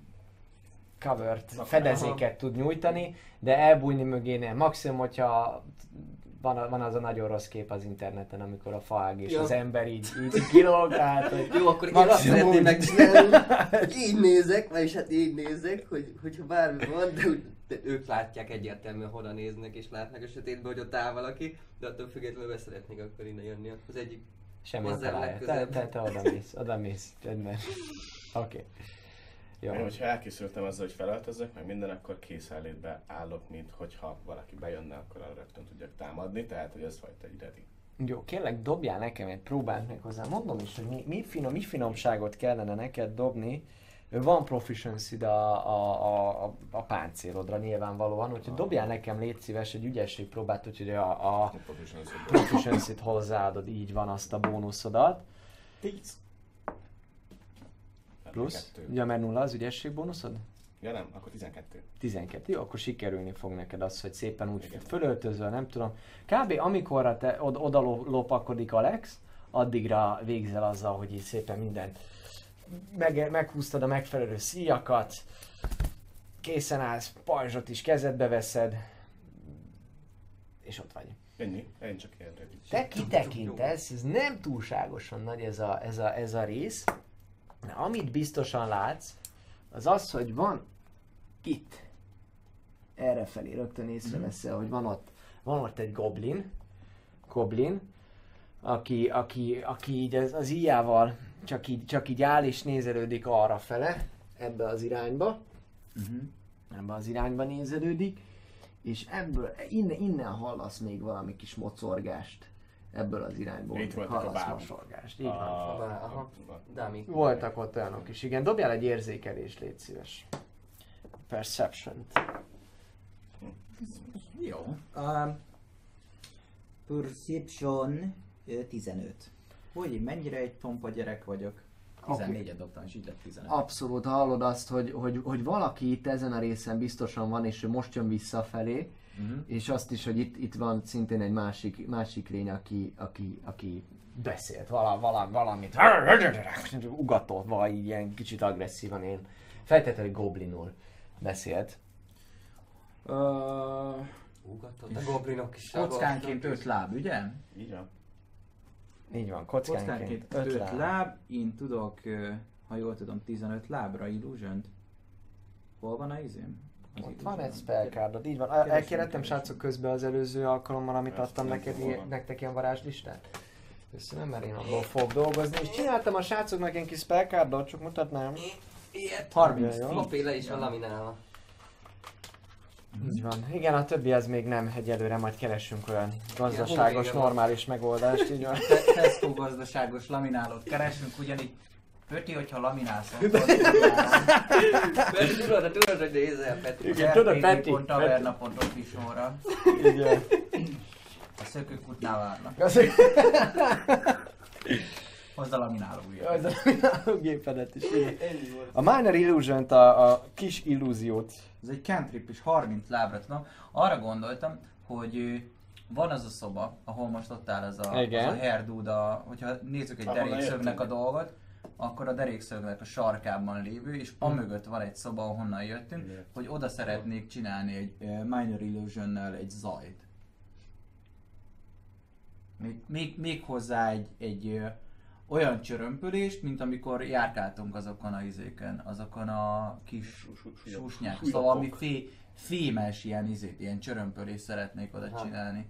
S1: covert, fedezéket tud nyújtani, de elbújni mögé nem. Maximum, hogyha van, a- van az a nagyon rossz kép az interneten, amikor a faág és
S3: Ja.
S1: az ember így, így kilóg, tehát hogy
S3: Jó, akkor én azt
S1: maximum
S3: szeretném
S1: úgy.
S3: megcsinálni, hogy így nézek, vagyis hát így nézek, hogy, hogyha bármi van, de, úgy- de ők látják egyértelműen, hova néznek és látnak a sötétben, hogy ott áll valaki, de attól függetlenül be szeretnék akkor innen jönni. Az egyik
S1: Semmi
S3: Hozzám
S1: akadály. Te,
S3: legközelebb.
S1: te, te oda mész, oda mész, csendben. Oké. Okay. Jó.
S4: Én, hogyha elkészültem ezzel, hogy felöltözök, meg minden, akkor készenlétbe állok, mint hogyha valaki bejönne, akkor arra rögtön tudjak támadni, tehát hogy ez fajta egy ready.
S1: Jó, kérlek dobjál nekem egy próbát meg hozzá. Mondom is, hogy mi, mi, finom, mi finomságot kellene neked dobni. Van proficiency a, a, a, a, a páncélodra nyilvánvalóan, úgyhogy dobjál nekem, légy szíves, egy ügyességpróbát, úgyhogy a, a proficiency-t hozzáadod, így van, azt a bónuszodat.
S4: tíz.
S1: Plusz,
S4: Kettő.
S1: ugye mert nulla az ügyesség bónuszod?
S4: Ja nem, akkor tizenkettő.
S1: tizenkettő, jó, akkor sikerülni fog neked az, hogy szépen úgy
S4: Igen.
S1: fölöltözöl, nem tudom. Kb. Amikorra te od- oda lo- lopakodik Alex, addigra végzel azzal, hogy így szépen mindent meg- meghúztad a megfelelő szíjakat, készen állsz, pajzsot is kezedbe veszed, és ott vagy.
S4: Ennyi, én csak ilyen ready.
S1: Te kitekintesz, ez nem túlságosan nagy ez a, ez a, ez a rész, de amit biztosan látsz, az az, hogy van itt, errefelé rögtön észreveszel, hogy van ott, van ott egy goblin, goblin, aki, aki, aki így az, az íjával csak így, csak így áll és nézelődik arra fele, ebbe az irányba,
S5: Uh-huh.
S1: ebbe az irányba nézelődik, és ebből, innen, innen hallasz még valami kis mocorgást ebből az irányból.
S4: Itt voltak a
S1: hallasz
S4: bábuk.
S1: mosolgást. Így
S4: A-
S1: van.
S3: Bá- aha. Dummy.
S1: Voltak ott olyanok is, igen. Dobjál egy érzékelést, légy szíves. Perception-t.
S6: Jó. Um, Perception ö, tizenöt. Hogy én mennyire egy tompa gyerek vagyok?
S2: tizennégyet dobtam, és így lett tizenegy.
S1: Abszolút hallod azt, hogy, hogy, hogy valaki itt ezen a részen biztosan van, és ő most jön visszafelé,
S2: Uh-huh.
S1: és azt is, hogy itt, itt van szintén egy másik, másik lény, aki, aki, aki beszélt vala, vala, valamit, ugatott, vagy ilyen kicsit agresszívan, én feltétlenül goblinul beszélt.
S6: Uh,
S3: Ugatott a goblinok is.
S2: Kockánként öt láb, ugye?
S4: Így van.
S1: Így van, kockánként
S6: Kockánként
S1: öt
S6: öt
S1: láb.
S6: láb, én tudok, ö, ha jól tudom, tizenöt lábra illusion-t. Hol van a izém? Az
S1: Ott van egy
S6: illusion.
S1: spellcardod, így van.
S6: Keresem,
S1: Elkérhettem
S6: keresem.
S1: srácok közben az előző alkalommal, amit
S4: Persze,
S1: adtam
S4: nem
S1: neked,
S4: tudom,
S1: ilyen-
S4: van.
S1: nektek ilyen varázslistát. Köszönöm, mert én abból fogok dolgozni, és csináltam a srácoknak egy kis spellcardot, csak mutatnám.
S3: Ilyet.
S6: harminc
S1: Jó.
S6: feet.
S3: Papír le is van laminálva.
S1: Így van. Igen, a többi az még nem, egyelőre majd keresünk olyan gazdaságos,
S3: Igen,
S1: normális megoldást, így van.
S2: Te- Tesco gazdaságos laminálót keresünk, ugyanígy Pöti, hogyha laminálsz, akkor
S3: Mert tudod, tudod, hogy nézel, Petri.
S1: Igen, tudod, Peti,
S2: pont taverna pont office-óra.
S1: Igen.
S2: A szökőkútnál várnak.
S1: Azért
S2: Hozd a lamináló ujjat.
S1: az a gépedet is. Igen. A Minor Illusion-t, a, a kis illúziót.
S2: Ez egy cantrip és harminc lábra tudom. Arra gondoltam, hogy ö, van az a szoba, ahol most ott áll az a,
S1: Igen.
S2: az a herdúda, hogyha nézzük egy
S4: Ahonnan
S2: derékszögnek a
S4: jöttünk.
S2: dolgot, akkor a derékszögnek a sarkában lévő, és amögött van egy szoba, ahonnan jöttünk,
S4: Igen.
S2: hogy oda szeretnék csinálni egy ö, Minor Illusionnel egy zajt. Még, még, még hozzá egy, egy ö, olyan csörömpölést, mint amikor járkáltunk azokon a izéken, azokon a kis
S4: Sú- sú- súlyok-
S2: susnyák.
S4: súlyokok.
S2: Szóval ami fé, fémes ilyen izét, ilyen csörömpölést szeretnék oda
S3: Ha.
S2: csinálni.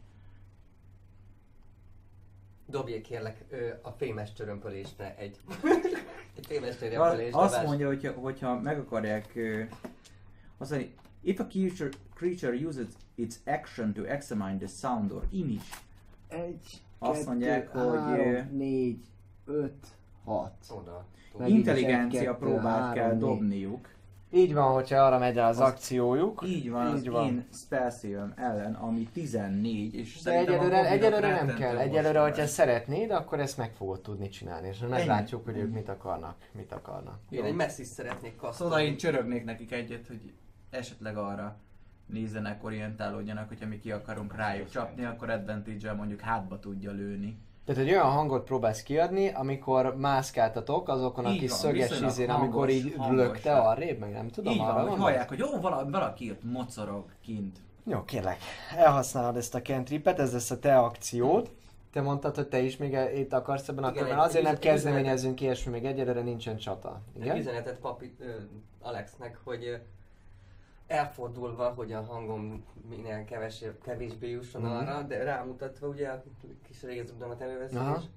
S3: Dobjék kérlek ö, a fémes csörömpölésre egy. Egy fémes
S6: Az,
S3: csörömpölés.
S6: azt
S3: dobás.
S6: mondja, hogyha, hogyha meg akarják... ö, Azt mondja, if a creature, creature uses its action to examine the sound or image,
S1: Egy,
S6: Azt mondják, hogy, ö,
S1: négy, öt, hat.
S3: Oda.
S1: Megint
S6: intelligencia
S1: is egy, kettő,
S6: próbát
S1: három,
S6: kell
S1: négy.
S6: dobniuk.
S1: Így van, hogyha arra megy el az
S6: Az-
S1: akciójuk.
S6: Így van, az
S1: Így van.
S6: én spellsave ellen, ami tizennégy, és
S1: De
S6: szerintem a
S1: egyelőre,
S6: goblok
S1: egyelőre nem
S6: rettentő
S1: kell. Egyelőre,
S6: mostohák.
S1: hogyha szeretnéd, akkor ezt meg fogod tudni csinálni, és
S6: Ennyi.
S1: meglátjuk, hogy ők mit akarnak. Mit akarnak.
S3: Én egy messzis szeretnék kasztolni.
S2: Szóval én csörögnék nekik egyet, hogy esetleg arra nézzenek, orientálódjanak, hogyha mi ki akarunk rájuk csapni, akkor advantage-el mondjuk hátba tudja lőni.
S1: Tehát egy olyan hangot próbálsz kiadni, amikor mászkáltatok azokon a
S2: Így
S1: kis
S2: van,
S1: szöges
S2: viszonylag
S1: izén,
S2: hangos,
S1: amikor így
S2: hangos.
S1: lökte arrébb, meg nem tudom,
S2: Így
S1: arra
S2: van, hogy
S1: gondolsz?
S2: hallják, hogy jó, vala, valaki jött, mocorog kint.
S1: Jó, kérlek, elhasználod ezt a cantripet, ez lesz a te akciód. Te mondtad, hogy te is még itt akarsz ebben a
S3: Igen,
S1: körben,
S3: egy-
S1: azért nem
S3: egy-
S1: kezdeményezünk ilyesmi, még egyelőre nincsen csata.
S3: Egy
S1: Igen?
S3: üzenetet papi, ö, Alexnek, hogy ö, elfordulva, hogy a hangom minél kevesebb, kevésbé jusson
S1: Mhm.
S3: arra, de rámutatva ugye a kis rézrudamat előveszem
S1: Aha.
S3: és...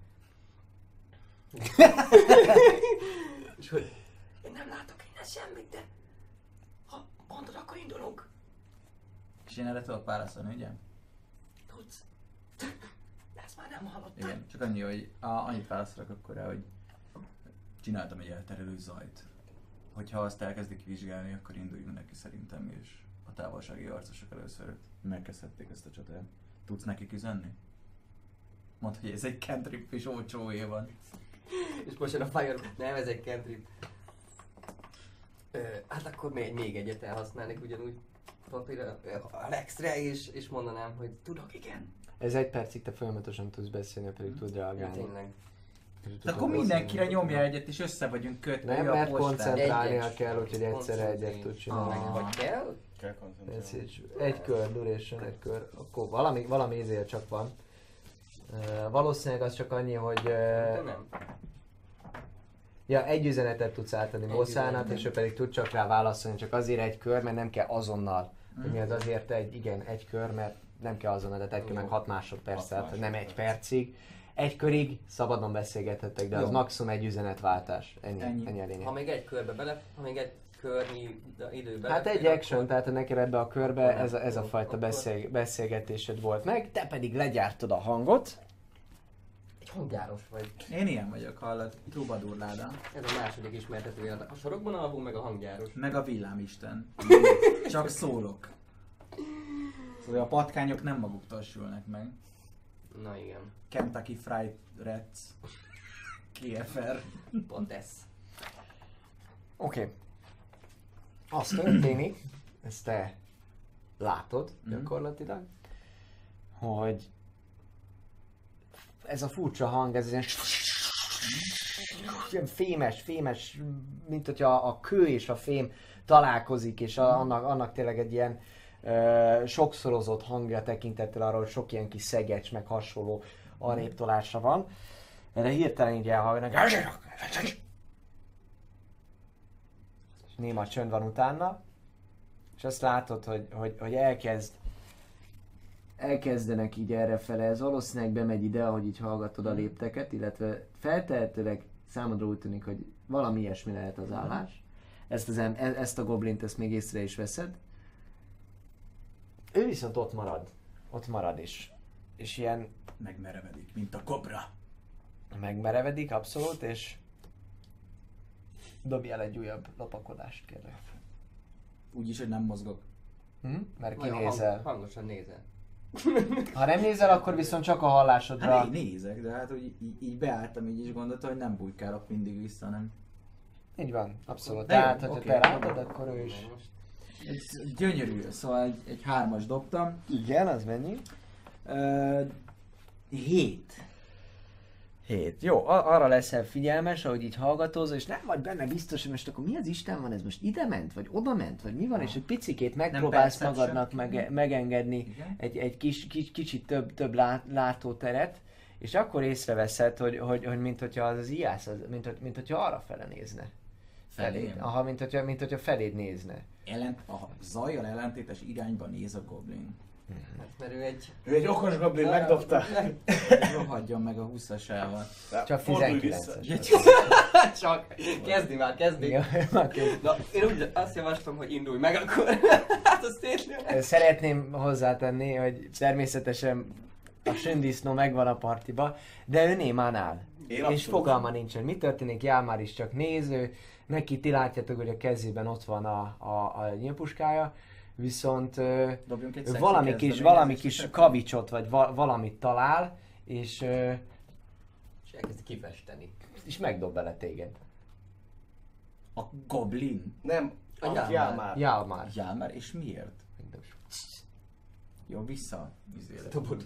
S3: és hogy én nem látok innen semmit, de ha mondod, akkor indulunk.
S2: És én erre tudok válaszolni, ugye?
S3: Tudsz? De ezt már nem hallottam.
S2: Igen, csak annyi, hogy a, annyit válaszolok akkor rá, hogy csináltam egy elterelő zajt. Hogyha azt elkezdik vizsgálni, akkor induljunk neki szerintem, és a távolsági harcosok először megkezdhették ezt a csatát. Tudsz nekik üzenni? Mondd, hogy ez egy cantrip és olcsó év van.
S3: És most jön a Fire, nem, ez egy cantrip. Ö, hát akkor még, még egyet elhasználnék ugyanúgy papírra, ö, Alexre, és, és mondanám, hogy tudok, igen.
S1: Ez egy percig te folyamatosan tudsz beszélni, pedig tud
S3: Ja,
S1: reagálni.
S3: tényleg.
S2: De akkor mindenkire nyomja egyet, és össze vagyunk kötve.
S1: Nem,
S2: ő a
S1: mert
S2: postán.
S1: koncentrálnia
S3: Egyes.
S1: kell, úgyhogy egyszerre egyet tud csinálni.
S2: Ah.
S3: Vagy kell?
S4: Kell koncentrálni.
S1: Message. Egy kör, duration, egy kör. Akkor valami, valami izél csak van. Uh, valószínűleg az csak annyi, hogy...
S3: De
S1: Uh,
S3: nem.
S1: ja, egy üzenetet tudsz átadni
S3: Egy
S1: Bosszának,
S3: üzenet.
S1: és ő pedig tud csak rá válaszolni, csak azért egy kör, mert nem kell azonnal.
S2: Mm.
S1: Mi az azért egy, igen, egy kör, mert nem kell azonnal, de egy kör meg hat másodperc,
S4: Hat
S1: tehát nem egy
S4: másodperc.
S1: percig. Egy körig szabadon beszélgethettek, de az
S2: Jó.
S1: maximum egy üzenetváltás. Ennyi,
S2: Ennyi.
S1: ennyi a lényeg.
S3: Ha még egy körbe bele, ha még egy környi időbe.
S1: Hát egy action, tehát neked ebbe a körbe
S3: Akkor nem.
S1: ez a, ez a
S3: Jó,
S1: fajta
S3: akkor-
S1: beszél, beszélgetésed volt meg, te pedig legyártod a hangot,
S3: Hangjáros vagy.
S2: Én ilyen vagyok, hallod? Trubadurláda.
S3: Ez a második ismertetője. A sarokban alvó, meg a hangjáros.
S2: Meg a villámisten. Csak szólok. Szóval a patkányok nem maguktól sülnek meg.
S3: Na igen.
S2: Kentucky Fried Rats. ká ef er.
S3: Pont ez.
S1: Oké. Okay. Az történik, ezt te látod gyakorlatilag, hogy ez a furcsa hang, ez ilyen, ilyen fémes, fémes, mint hogyha a kő és a fém találkozik, és a, annak, annak tényleg egy ilyen uh, sokszorozott hangja tekintettel arra, hogy sok ilyen kis szegecs, meg hasonló arréptolásra van. Erre hirtelen így elhallganak. Néma csönd van utána, és azt látod, hogy, hogy, hogy elkezd elkezdenek így errefele, ez valószínűleg bemegy ide, ahogy így hallgatod a lépteket, illetve feltehetőleg számodra úgy tűnik, hogy valami ilyesmi lehet az állás. Ezt, az, em- e- ezt a goblint, ezt még észre is veszed. Ő viszont ott marad. Ott marad is. És ilyen
S5: Megmerevedik, mint a kobra.
S1: megmerevedik abszolút, és dobjál egy újabb lopakodást, kérlek.
S5: Úgyis, hogy nem mozgok.
S1: Hm? Mert
S3: Nagyon
S1: kinézel.
S3: hang, hangosan nézel.
S1: Ha nem nézel, akkor viszont csak a hallásodra...
S5: Hát én nézek, de hát úgy így, így beálltam, így is gondoltam, hogy nem bujkálok mindig vissza, nem.
S1: Így van, abszolút.
S5: De jó,
S1: Tehát, hogyha
S5: oké,
S1: te látod,
S5: akkor-
S1: akkor ő is...
S3: Most
S5: Ez gyönyörű, szóval egy, egy hármas dobtam.
S1: Igen, az mennyi?
S5: Uh, hét.
S1: Hét. Jó, a- arra leszel figyelmes, ahogy így hallgatózol, és nem vagy benne biztos, hogy most akkor mi az Isten van, ez most ide ment, vagy oda ment, vagy mi van, és egy picikét megpróbálsz
S2: perception?
S1: magadnak mege- megengedni
S2: Igen?
S1: egy, egy kis, kis, kicsit több, több lát, látóteret, és akkor észreveszed, hogy, hogy, hogy mint hogyha az, az ijász, az, mint, hogy- mint hogyha arra fele nézne. Feléd.
S5: Felém?
S1: Aha, mint hogyha, mint hogyha feléd nézne.
S5: Ellent, a zajjal ellentétes irányba néz a goblin.
S3: hát mert ő egy...
S4: Ő egy okos goblin, megdobta.
S5: Rohadjon meg a huszasával.
S1: Csak
S4: Fordulj
S1: tizenkilences.
S4: vissza.
S3: Csak kezdi már, kezdi.
S1: Igen, már kezd.
S3: Na, én úgy azt javaslom, hogy indulj meg akkor. Hát az szétlőnek.
S1: Szeretném hozzátenni, hogy természetesen a sündisznó megvan a partiba, de ő némán áll.
S4: Én
S1: És
S4: abszolút.
S1: fogalma nincsen, mi történik, Jálmár is csak néző, neki ti látjátok, hogy a kezében ott van a, a, a nyílpuskája, viszont ö,
S5: Dobjunk egy
S1: ő
S5: szexi
S1: valami kis,
S5: kezdeményezést.
S1: valami kis kavicsot, vagy va, valamit talál, és, ö,
S3: És elkezdi kifesteni.
S1: és megdob bele téged.
S5: A goblin?
S4: Nem,
S3: A
S4: a
S3: Jálmár.
S4: Jálmár.
S1: Jálmár.
S5: Já már, és miért?
S1: Megdobd.
S5: Jó, vissza. Izére.
S3: Dobod.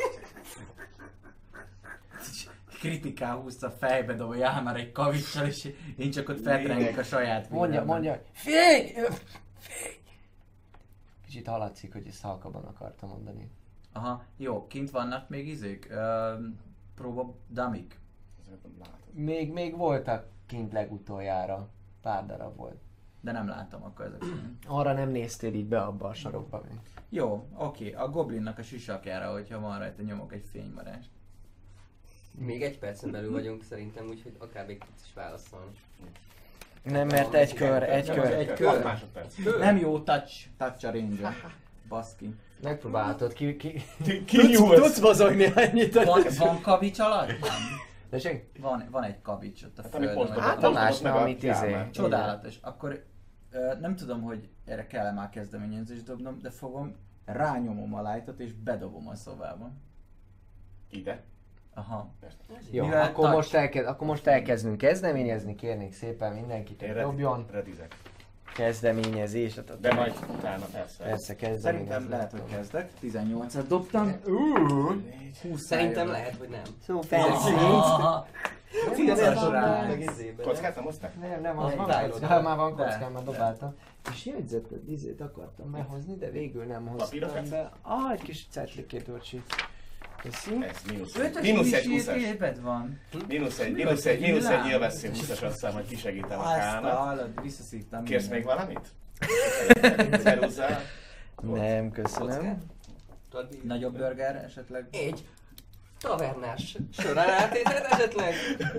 S2: Kritikál húzta fejbe, dob a Jálmár egy kavicsal, és én csak ott feltrengek a saját
S1: Mondja,
S2: villámban.
S1: mondja, félj! Félj! Kicsit hallatszik, hogy ezt halkabban akartam mondani.
S2: Aha, jó, kint vannak még izék? Uh, próba dumik.
S4: Szerintem látod.
S1: Még, még voltak kint legutoljára. Pár darab volt.
S2: De nem láttam akkor ezek szerint.
S1: Arra nem néztél így be abba a sarokba még.
S2: Jó, oké, a goblinnak a sisakjára, hogyha van rajta nyomok egy fénymarást.
S3: Még egy percen belül vagyunk szerintem, úgyhogy akár még tudsz is válaszolni.
S1: Nem, mert egy kör, egy
S3: Nem,
S1: kör.
S3: egy
S4: Hat
S3: kör.
S4: másodperc.
S2: Nem jó touch, touch a range. Baszki.
S1: Megpróbáltad ki... ki...
S4: Ki-
S1: Tudsz,
S4: kinyúlsz.
S1: tudsz mozogni annyit,
S2: Van,
S1: hogy...
S2: van kavics alatt?
S1: Tessék?
S2: Van, van egy kavics ott a
S4: Hát, amit
S2: földön.
S4: most
S2: vagy
S1: Hát
S2: valami.
S1: a
S4: Most
S1: más,
S4: meg
S1: nem,
S4: a
S1: amit izé.
S4: Jálmár.
S2: Csodálatos. Akkor ö, nem tudom, hogy erre kell már kezdeményezést dobnom, de fogom, rányomom a lightot és bedobom a szobába.
S4: Ide.
S2: Aha.
S1: Jó,
S2: Mivel
S1: akkor
S2: touch.
S1: most, elkezd, akkor most elkezdünk kezdeményezni, kérnék szépen mindenkit,
S4: Én
S1: hogy
S4: red-
S1: dobjon
S4: redizek.
S1: kezdeményezés.
S4: De majd utána persze.
S1: Persze kezdeményezni.
S5: Szerintem lehet, hogy kezdek. tizennyolcat dobtam.
S2: húsz
S3: Szerintem lehet, hogy nem.
S1: So
S2: Aha.
S3: Tízes
S2: rá.
S3: rá. Meg izébe.
S4: Kockát nem hozták?
S1: Nem, nem,
S3: Az
S1: az van
S3: tájlod.
S1: kockám, már van
S2: De,
S1: kockám, már
S2: de.
S1: dobáltam. És jegyzetet, izét akartam behozni, de végül nem hoztam
S4: Papírokat?
S1: be. Ah, egy kis cetlikét, bocsi. Köszi.
S4: Ez mínusz.
S2: Ötös
S4: Mínusz egy
S2: kis
S4: húszas.
S2: képed van.
S4: Mínusz egy,
S2: Mi
S4: mínusz
S2: az,
S4: egy,
S2: egy
S4: mínusz egy
S2: villám?
S4: nyilvessző húszas, azt hiszem, hogy kisegítem a
S5: Azt a
S4: kának.
S5: halad, visszaszívtam.
S4: Kérsz még
S5: mindent.
S4: valamit? Ceruzzál?
S1: Nem, köszönöm.
S3: Kockát? Tudod, így-
S2: Nagyobb burger esetleg?
S3: Egy tavernás során átézed esetleg?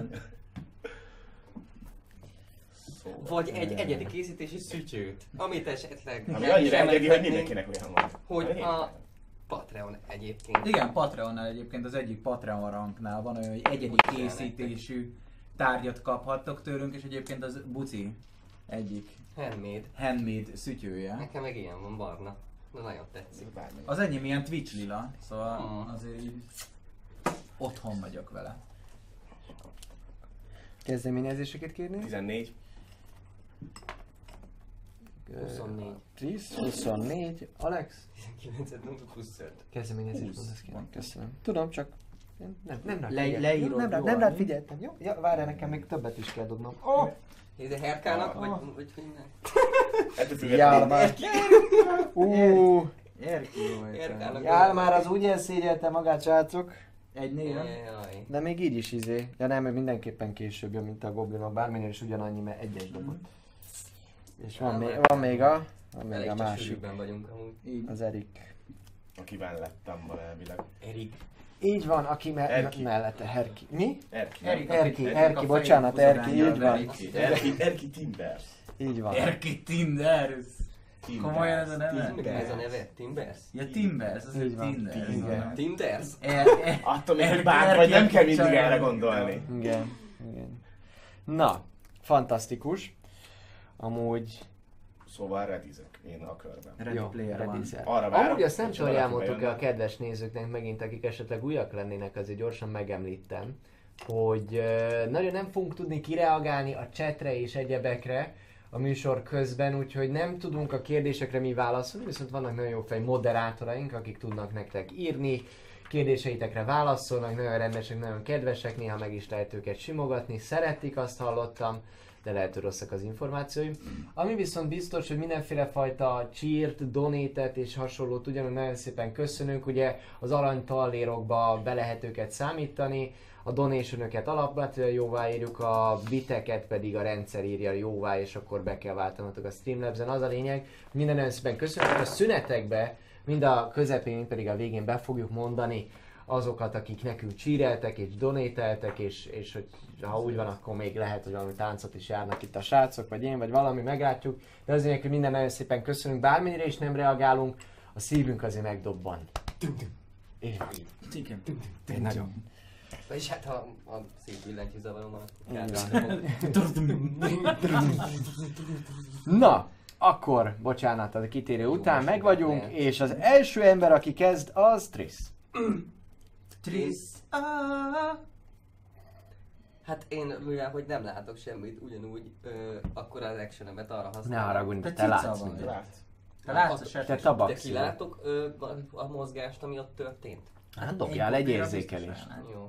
S4: Szóval.
S3: Vagy egy egyedi készítési szütyőt, amit esetleg...
S4: Ami
S3: el is
S4: annyira egyedi, hogy
S3: emelhetnénk,
S4: mindenkinek olyan van.
S3: Hogy a Patreon egyébként.
S2: Igen, Patreonnál egyébként az egyik Patreon ranknál van olyan, hogy egyedi
S3: Bocsánat.
S2: készítésű tárgyat kaphattok tőlünk, és egyébként az Buci egyik
S3: Handmade.
S2: handmade szütyője.
S3: Nekem meg ilyen van barna. De nagyon tetszik.
S2: Az enyém ilyen Twitch lila, szóval
S3: Hmm.
S2: azért így otthon vagyok vele.
S1: Kezdeményezéseket kérni?
S4: tizennégy.
S3: huszonnégy.
S1: tíz, huszonnégy. Alex?
S3: tizenkilencet mondtuk, plusz öt.
S1: Kezdeményezés mondasz kérlek. Köszönöm. Tudom, csak én nem, nem rá
S6: Le-
S1: figyeltem.
S6: leírod
S1: Nem, rá-
S6: jól,
S1: nem rád
S6: mi?
S1: figyeltem, jó? Ja, várjál, nekem még többet is kell dobnom. Oh!
S3: Ide Herkának,
S1: Ah.
S3: vagy, vagy hogy nem?
S4: Ettől
S1: Jálmár.
S4: függetlenül
S1: Ú,
S6: Erki vagy.
S3: Érkának.
S1: Jálmár az úgy elszégyelte magát, srácok.
S6: Egy név.
S3: Jaj.
S1: De még így is izé. Ja nem, ő mindenképpen később jön, mint a goblinok, bármennyire is ugyanannyi, mert egyes dobott. És van, még, van még a, van még
S3: Elég
S1: a
S3: csak
S1: másik,
S3: sűrűbben vagyunk amúgy.
S6: Így.
S1: az Erik.
S4: akivel lettem ma elvileg.
S3: Erik.
S1: Így van, aki me-
S4: Erki.
S1: mellette, Herki. Mi?
S4: Erki.
S2: Erik,
S1: Erki,
S2: akit-
S1: Erki,
S2: a
S1: bocsánat,
S2: fejét
S1: Erki,
S2: húzod
S1: így
S2: rá,
S1: van.
S2: Erki.
S4: Erki, Erki Timbers.
S1: Így van.
S2: Erki Timbers.
S4: Timbers.
S2: Komolyan ez a neve?
S3: Mi ez a neve? Timbers?
S2: Ja, Timbers, az
S1: Így
S2: egy
S1: van.
S2: Timbers.
S1: Igen.
S3: Tinders?
S2: Er, er,
S4: Attól még
S2: Erki-
S4: hogy bár vagy,
S2: Erki,
S4: nem kell
S2: Erki
S4: mindig
S2: csaj.
S4: erre gondolni.
S1: Igen, igen. Na, fantasztikus. Amúgy
S4: Szóval redizek én a körben.
S6: Ready
S1: jó,
S6: Player
S1: Ready
S6: One.
S1: Set.
S4: Arra várok,
S1: Amúgy azt nem
S4: hogyha valaki
S1: csorjámoltok el a
S4: bejönne.
S1: kedves nézőknek megint, akik esetleg újak lennének, azért gyorsan megemlítem, hogy ö, nagyon nem fogunk tudni kireagálni a chatre és egyebekre a műsor közben, úgyhogy nem tudunk a kérdésekre mi válaszolni, viszont vannak nagyon jó fej moderátoraink, akik tudnak nektek írni, kérdéseitekre válaszolnak, nagyon rendesek, nagyon kedvesek, néha meg is lehet őket simogatni, szeretik, azt hallottam, de lehet, hogy rosszak az információim. Ami viszont biztos, hogy mindenféle fajta cheert, donétet és hasonlót ugyanúgy nagyon szépen köszönünk, ugye az arany tallérokba be lehet őket számítani, a donationöket alapvetően jóvá írjuk, a biteket pedig a rendszer írja jóvá, és akkor be kell váltanatok a Streamlabs-en. Az a lényeg, minden nagyon szépen köszönjük, a szünetekbe, mind a közepén, mind pedig a végén be fogjuk mondani azokat, akik nekünk csíreltek és donételtek, és, és hogy ha úgy van, akkor még lehet, hogy valami táncot is járnak itt a srácok, vagy én, vagy valami, meglátjuk. De az lényeg, hogy minden nagyon szépen köszönünk, bármennyire is nem reagálunk, a szívünk azért megdobban. Így van.
S2: igen.
S1: Én nagyon.
S3: És hát ha a szép billentyűzavarom van, akkor
S1: Így
S3: kell.
S1: Na, akkor, bocsánat, a kitérő után meg vagyunk, és az első ember, aki kezd, az Trisz.
S2: Trisz.
S3: Hát én, mivel hogy nem látok semmit, ugyanúgy, ö, akkor az actionemet arra
S1: Ne
S3: használom.
S1: haragudj,
S2: Te
S1: te
S2: cica
S1: látsz
S2: vagy.
S1: mindent.
S4: Látsz?
S2: Te látsz a
S1: Te
S2: setet?
S3: De
S1: tabaksz.
S3: kilátok ö, a mozgást, ami ott történt?
S1: Hát dobjál egy
S2: kopira
S1: érzékelést.
S2: biztosan lát.
S3: Jó.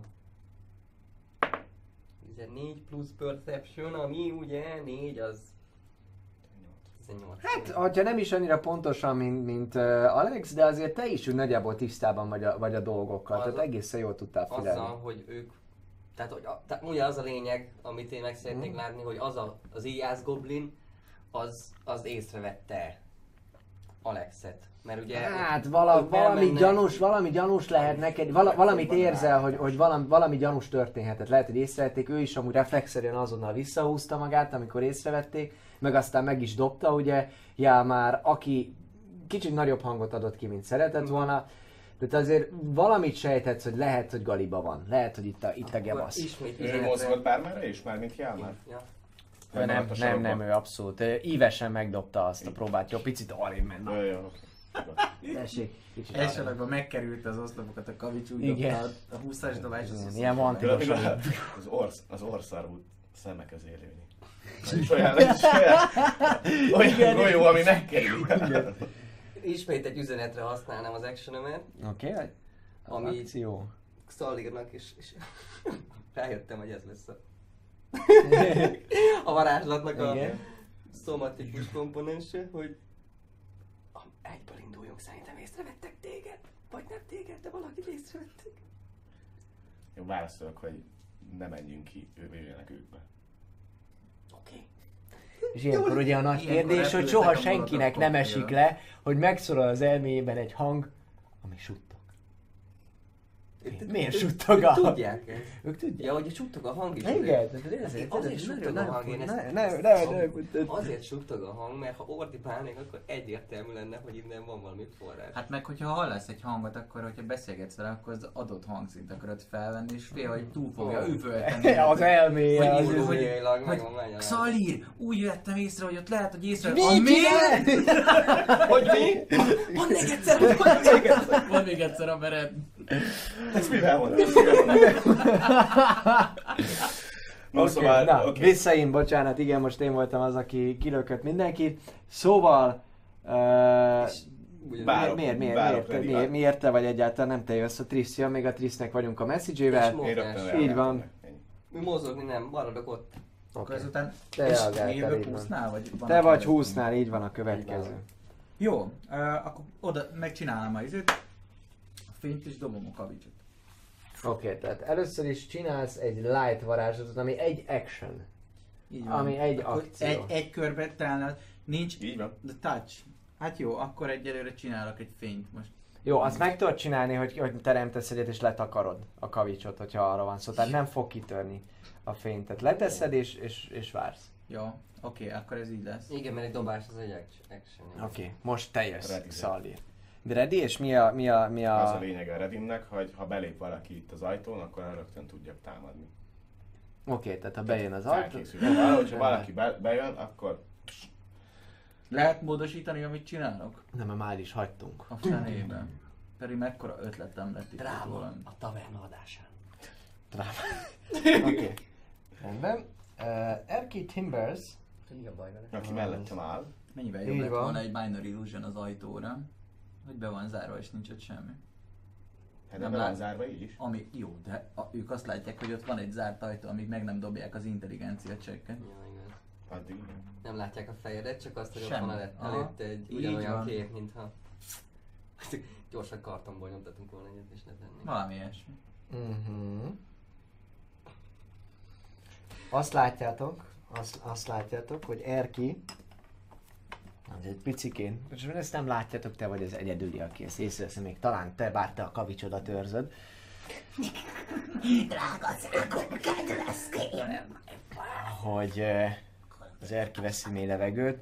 S3: tizennégy plusz perception, ami ugye négy az... tizennyolc.
S1: Hát, hogyha nem is annyira pontosan, mint, mint uh, Alex, de azért te is úgy nagyjából tisztában vagy a, vagy a dolgokkal,
S3: Az-
S1: tehát egészen jól tudtál figyelni.
S3: Azzal, hogy ők... Tehát, hogy a, tehát ugye az a lényeg, amit én meg szeretnék
S1: Mm.
S3: látni, hogy az a, az íjász goblin, az, az észrevette Alexet. Mert ugye...
S1: Hát vala,
S3: ők
S1: valami
S3: elmennek-
S1: gyanús, valami gyanús lehet neked, vala, valamit érzel, hogy, hogy valami, valami gyanús történhetett. Lehet, hogy észrevették, ő is amúgy reflexzerűen azonnal visszahúzta magát, amikor észrevették, meg aztán meg is dobta, ugye, já már aki kicsit nagyobb hangot adott ki, mint szeretett volna. Tehát azért valamit sejthetsz, hogy lehet, hogy galiba van. Lehet, hogy itt a, itt a
S3: Akkor
S1: gebasz.
S3: ismét
S4: Ő
S3: üzenetre-
S4: mozgott bármere is, már mint Jálmár?
S3: Ja.
S1: Nem, nem,
S4: Maradt a
S1: nem,
S4: sarokban?
S1: nem, ő abszolút. Ö, Ívesen megdobta azt a próbát. Jó, picit arrébb ment.
S4: Jó, jó, oké.
S1: Tessék, kicsit arrébb.
S2: Elsőlegben megkerült az oszlopokat a Kavics, úgy
S1: Igen.
S2: dobta a húszas dobás, az
S1: Igen,
S2: huszas
S1: ilyen van.
S2: dobás.
S4: Különben a- az orsz, az orszarvú szemek az élőni. És olyan, és olyan, olyan golyó, ami megkerül.
S3: Ismét egy üzenetre használnám az actionömet,
S1: Oké, okay,
S3: Ami-
S1: akció.
S3: Szalírnak, és, és rájöttem, hogy ez lesz a, a varázslatnak a
S1: Igen.
S3: szomatikus komponense, hogy a, egyből induljunk, szerintem észrevettek téged, vagy nem téged, de valakit észrevettek.
S4: Jó, válaszolok, hogy ne menjünk ki, ő jöjjenek ők be.
S3: Oké.
S1: És ilyenkor ugye a nagy
S2: Ilyenkor
S1: kérdés, hogy
S2: repültek
S1: soha
S2: a
S1: senkinek
S2: molotov
S1: nem
S2: cocktail.
S1: esik le, hogy megszólal az elméjében egy hang, ami suttog. Miért suttog a hang?
S3: Tudják ezt.
S1: Ők tudják.
S3: Ja, hogy suttog a hang is.
S1: Igen,
S3: Azért, azért suttog a hang, én ezt...
S1: Ne, ne, ne, ne.
S3: Azért suttog a hang, mert ha ordibálnék, akkor egyértelmű lenne, hogy innen van valami forrás.
S2: Hát meg hogyha hallasz egy hangot, akkor hogyha beszélgetsz vele, akkor az adott hangszint akarod felvenni, és fél, hogy túl fogja üvölteni.
S1: Az elméje.
S2: Hogy
S1: az
S2: így,
S1: izé.
S2: hogy-
S3: Hogy
S2: hogy-
S3: megvan, menjen.
S2: Xalír, úgy vettem észre, hogy ott lehet, hogy észre...
S1: Mi?
S2: A miért?
S3: Hogy mi? Mondd még egyszer, mondd még egyszer.
S2: Mondd még egyszer a vered.
S4: Ez mivel van? No,
S1: Oké,
S4: szóval,
S1: na,
S4: oké.
S1: visszaim, bocsánat, igen, most én voltam az, aki kilökött mindenkit. Szóval... Uh,
S4: Várok,
S1: miért, miért,
S4: várok
S1: miért,
S4: Redivel.
S1: miért, miért te vagy egyáltalán, nem te jössz a Trisz, jön, még a Trisznek vagyunk a message-ével.
S3: És mo-
S4: Én rögtön
S3: Így
S4: reagáltam
S1: van.
S4: neki. Ennyi.
S3: Mi mozogni nem, maradok ott.
S2: Akkor ezután...
S1: Te
S2: és
S1: reagáltál,
S2: jövök
S1: így van.
S2: húsznál, vagy van
S1: Te
S2: aki
S1: vagy
S2: előttem?
S1: húsznál, így van a következő.
S2: Jó, uh, akkor oda megcsinálom a izét. A fényt és dobom a kavicsot.
S1: Oké, okay, tehát először is csinálsz egy light varázslatot, ami egy action.
S2: Így
S1: Ami egy
S2: Akkor
S1: akció.
S2: Egy, egy körbe telne, nincs
S4: Így van.
S2: the touch. Hát jó, akkor egyelőre csinálok egy fényt most.
S1: Jó, azt meg tudod csinálni, hogy, hogy teremtesz egyet és letakarod a kavicsot, hogyha arra van szó. Tehát nem fog kitörni a fény. Tehát leteszed és, és, és vársz.
S2: Jó, oké, akkor ez így lesz.
S3: Igen, mert egy dobás az egy action. action.
S1: Oké, okay. most te jössz,
S4: Ready.
S1: Szalír. De ready, és mi a... Mi a, mi a...
S4: Az a lényeg a Redimnek, hogy ha belép valaki itt az ajtón, akkor rögtön tudjak támadni.
S1: Oké, okay, tehát ha bejön az ajtó...
S4: Felkészülök arra, hogyha valaki be, bejön, akkor
S2: Lehet módosítani, amit csinálok?
S1: Nem, mert már is hagytunk.
S2: A fenében. Pedig mekkora ötletem lett itt
S3: Dráma
S2: valami.
S3: a taverna adásán.
S1: Oké. Okay. Rendben. Uh, Erki Timbers.
S3: Mi a baj vele?
S4: aki mellettem áll,
S2: Mennyivel
S1: Így
S2: jobb lett
S1: van.
S2: volna egy Minor Illusion az ajtóra, hogy be van zárva és nincs ott semmi.
S4: hát
S2: Nem
S4: be van
S2: lát-
S4: zárva így is.
S2: Ami jó, de a, ők azt látják, hogy ott van egy zárt ajtó, amíg meg nem dobják az intelligencia checket.
S3: Ja, igen.
S4: Addig.
S3: Nem látják a fejedet, csak azt, hogy ott
S2: Semmi.
S3: van előtt,
S2: Aha.
S3: előtt egy
S2: Így
S3: ugyanolyan
S2: van.
S3: kép, mintha... Gyorsan kartonból nyomtatunk volna egyet, és ne tennénk.
S2: Valami ilyesmi.
S1: Uh-huh. Azt látjátok, azt, azt látjátok, hogy Erki, az egy picikén, és ezt nem látjátok, te vagy az egyedüli, aki ezt észreveszi, még talán te, bár te a kavicsodat őrzöd. Hogy eh, az Erki veszi mély levegőt,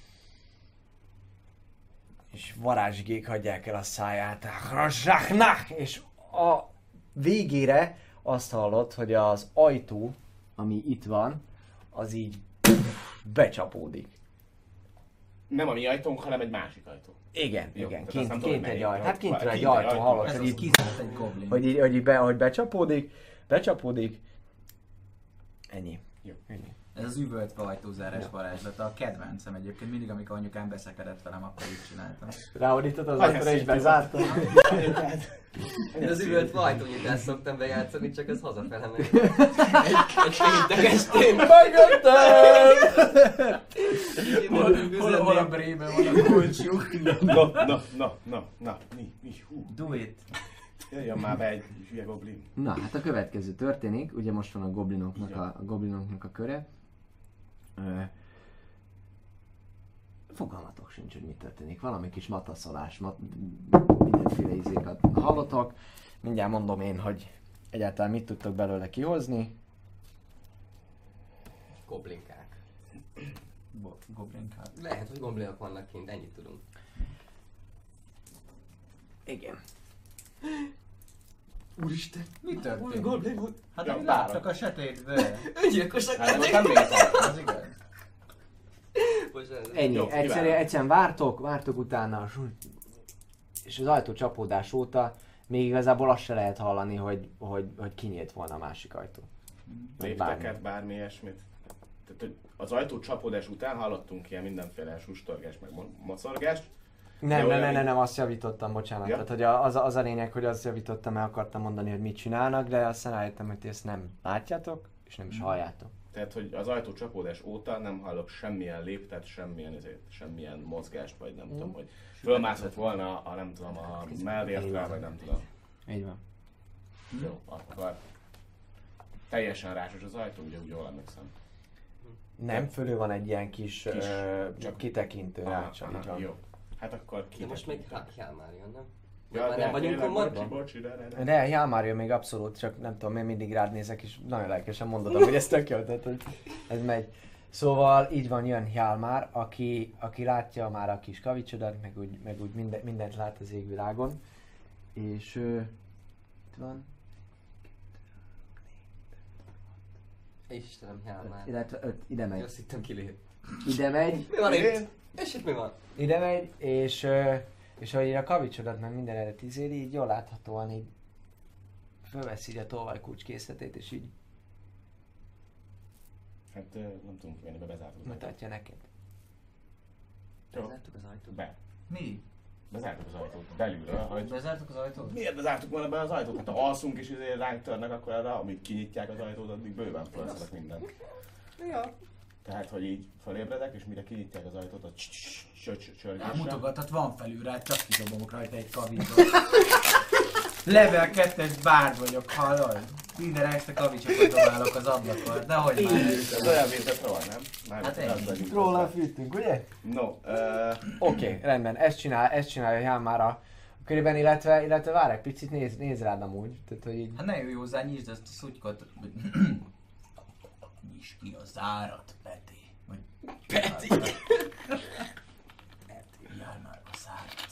S1: és varázsgék hagyják el a száját, és a végére azt hallod, hogy az ajtó, ami itt van, az így becsapódik.
S4: Nem a mi ajtónk, hanem egy másik ajtó.
S1: Igen,
S4: Jó,
S1: igen,
S4: tehát azt
S1: kint,
S4: nem tudom,
S1: kint
S4: hogy
S1: egy
S4: melyik
S1: ajtó. Hát
S4: ajtó.
S1: kintről egy
S4: Kint egy
S1: ajtó,
S4: ajtó,
S1: hallod,
S2: Ez
S1: hogy
S2: az
S1: így,
S2: kiszárt egy goblin.
S1: hogy így, hogy így, be, hogy becsapódik, becsapódik, ennyi.
S4: Jó.
S1: Ennyi.
S2: Ez az üvöltve ajtózárás
S1: Ja.
S2: varázslata, a kedvencem egyébként, mindig amikor anyukám beszekedett velem, akkor így csináltam.
S1: Ráordítod az
S4: Nagyon
S1: ajtóra és
S4: szép
S1: bezártad.
S3: Én az üvölt ajtónyitást szoktam bejátszani, csak ez hazafele megy. Egy, egy péntek estén.
S1: Megöttem!
S2: Hol, hol a brébe van a kulcsuk?
S4: Na, na, na, na, na, mi, mi, hú.
S2: Do it!
S4: Jöjjön már be egy hülye goblin.
S1: Na, hát a következő történik, ugye most van a goblinoknak a, a, goblinoknak a köre. Ö, fogalmatok sincs, hogy mi történik. Valami kis mataszolás, mat, mindenféle izékat hallotok. Mindjárt mondom én, hogy egyáltalán mit tudtok belőle kihozni.
S3: Goblinkák.
S2: Bo- Goblinkák.
S3: Lehet, hogy goblinok vannak kint, ennyit tudunk.
S1: Igen.
S3: Úristen!
S2: Mi történt?
S3: Goblin volt!
S2: Hát
S4: Ja,
S2: ja,
S4: páran.
S2: láttak a sötétbe.
S3: Öngyilkosak
S4: Hát most
S3: lettek!
S4: nem véletlen.
S2: Az igaz.
S3: Bocsánat.
S1: Ennyi.
S4: Jó,
S1: Egyszerűen,
S4: kiváló.
S1: egyszerűen vártok, vártok utána, és az ajtó csapódás óta még igazából azt se lehet hallani, hogy, hogy, hogy kinyílt volna a másik ajtó. Vagy bármi.
S4: Lépteket, bármi ilyesmit. Tehát, hogy az ajtó csapódás után hallottunk ilyen mindenféle sustorgást, meg mo- mocorgást.
S1: Nem,
S4: De
S1: nem,
S4: olyan,
S1: nem, nem,
S4: mint-
S1: nem, azt javítottam, bocsánat.
S4: Ja.
S1: Tehát, hogy a- az, az a lényeg, hogy azt javítottam, mert akartam mondani, hogy mit csinálnak, de aztán rájöttem, hogy ti ezt nem látjátok, és nem is halljátok.
S4: Tehát, hogy az ajtó csapódás óta nem hallok semmilyen léptet, semmilyen, ezért, semmilyen mozgást, vagy nem tudom, hogy fölmászott volna a, nem tudom, a mellértre, vagy nem tudom.
S1: Így van.
S4: Jó, akkor teljesen rásos az ajtó, ugye úgy jól emlékszem.
S1: Nem, fölül van egy ilyen kis,
S4: Kis,
S1: ö,
S4: csak-
S1: kitekintő
S4: Aha,
S1: rácsa, így
S4: aha,
S1: van.
S4: jó. Hát akkor ki
S3: De most még Hálmárion, nem? Ja, már nem vagyunk komodban?
S4: Bocsi, de, de, de.
S1: De Hjalmar még abszolút, csak nem tudom, én mindig rád nézek, és nagyon lelkesen mondod, hogy ez tök jó, tehát hogy ez megy. Szóval így van, jön Hjalmar, aki, aki látja már a kis kavicsodat, meg úgy, meg úgy minden, mindent lát az égvilágon. És ő... itt van.
S3: Istenem, Hjalmar.
S1: Illetve öt, ide megy.
S3: Azt hittem kilép.
S1: Ide megy,
S3: Mi van itt? És itt mi van?
S1: ide megy, és, ö, és ahogy a kavicsodat meg minden erre izéli, így jól láthatóan így fölveszi így a tolvajkulcs készletét, és így
S4: Hát ö, nem tudunk kivenni, be bezártuk.
S1: mutatja neked.
S4: Jó.
S3: Bezártuk az ajtót.
S4: Be.
S2: Mi?
S4: Bezártuk az ajtót belülről. Hogy...
S2: Bezártuk az ajtót?
S4: Miért bezártuk volna be az ajtót? Hát ha alszunk és azért ránk törnek, akkor arra, amíg kinyitják az ajtót, addig bőven felszedek mindent.
S3: Ja.
S4: Tehát, hogy így felébredek, és mire kinyitják az ajtót, a csörgésre.
S2: Mutogathat, van felül rá, csak kidobom rajta egy kavicsot. Level kettes bárd vagyok, hallod? Minden este kavicsokat dobálok az ablakon, de hogy már.
S4: Ez olyan, mint a troll, nem? Már
S2: Hát ennyi.
S4: azzal jutott
S1: Róla
S4: be.
S1: fűtünk, ugye?
S4: No, uh,
S1: Oké, okay, rendben, ezt, csinál, ezt csinálja Hjalmar a körében, illetve, illetve várj egy picit, néz, néz rád amúgy. Tehát, hogy így...
S2: Hát ne jöjj hozzá, nyisd ezt a szutykot. Nyisd ki a zárat, Peti. Vagy... Peti! Peti, jár már a zárat.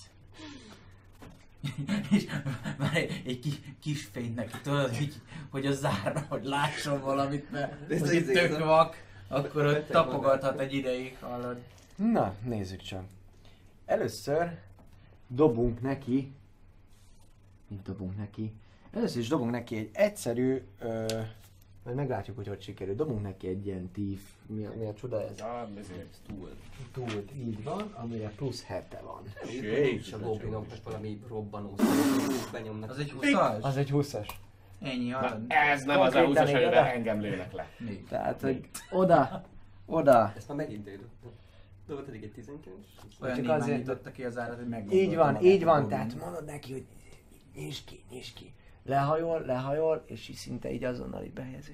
S2: És már egy, egy kis, kis fény neki, tudod, hogy, hogy a zárra, hogy lásson valamit, mert
S3: Ez
S2: hogy
S3: az
S2: itt
S3: izé,
S2: tök
S3: ez a-
S2: vak, akkor ott
S3: Beteg
S2: tapogathat egy ideig, hallod.
S1: Na, nézzük csak. Először dobunk neki... Mit dobunk neki? Először is dobunk neki egy egyszerű... Ö, majd meglátjuk, hogy hogy sikerül. Dobunk neki egy ilyen tív... Mi a, mi a csoda ez?
S4: ja, ezért túl.
S1: Túlt, így van, amire plusz hete van.
S3: Nincs a goblinoknak valami robbanó szó, benyomnak.
S2: Az egy húszas?
S1: Az egy húszas.
S2: Ennyi,
S4: Na,
S2: hallod?
S4: ez nem az a
S1: Konkrétan
S4: húszas,
S1: így
S4: amivel
S1: oda?
S4: engem lőnek le.
S2: Még.
S1: Tehát, hogy oda, oda.
S3: Ezt már megint ő. Dobott eddig egy tizenkilenc.
S2: Olyan
S1: Csak
S2: némán
S1: azért-
S2: nyitotta ki az árat, hogy meggondolta
S1: Így van,
S2: magát
S1: így
S2: a
S1: van,
S2: goblin.
S1: tehát mondod neki, hogy nyisd ki, nyisd ki. Lehajol, lehajol, és így szinte így azonnal így behelyez, és...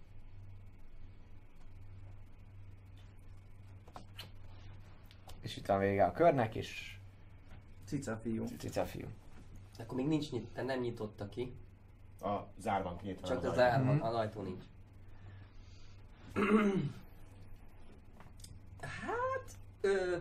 S1: És itt van vége a körnek, és
S6: Cica fiú.
S1: cica fiú.
S3: Akkor még nincs nyit, tehát nem nyitotta ki.
S4: A zár van kinyitva.
S3: Csak
S4: az
S3: az
S4: ajtó.
S3: zár van,
S1: Mhm.
S3: az ajtó nincs. Hát, ö...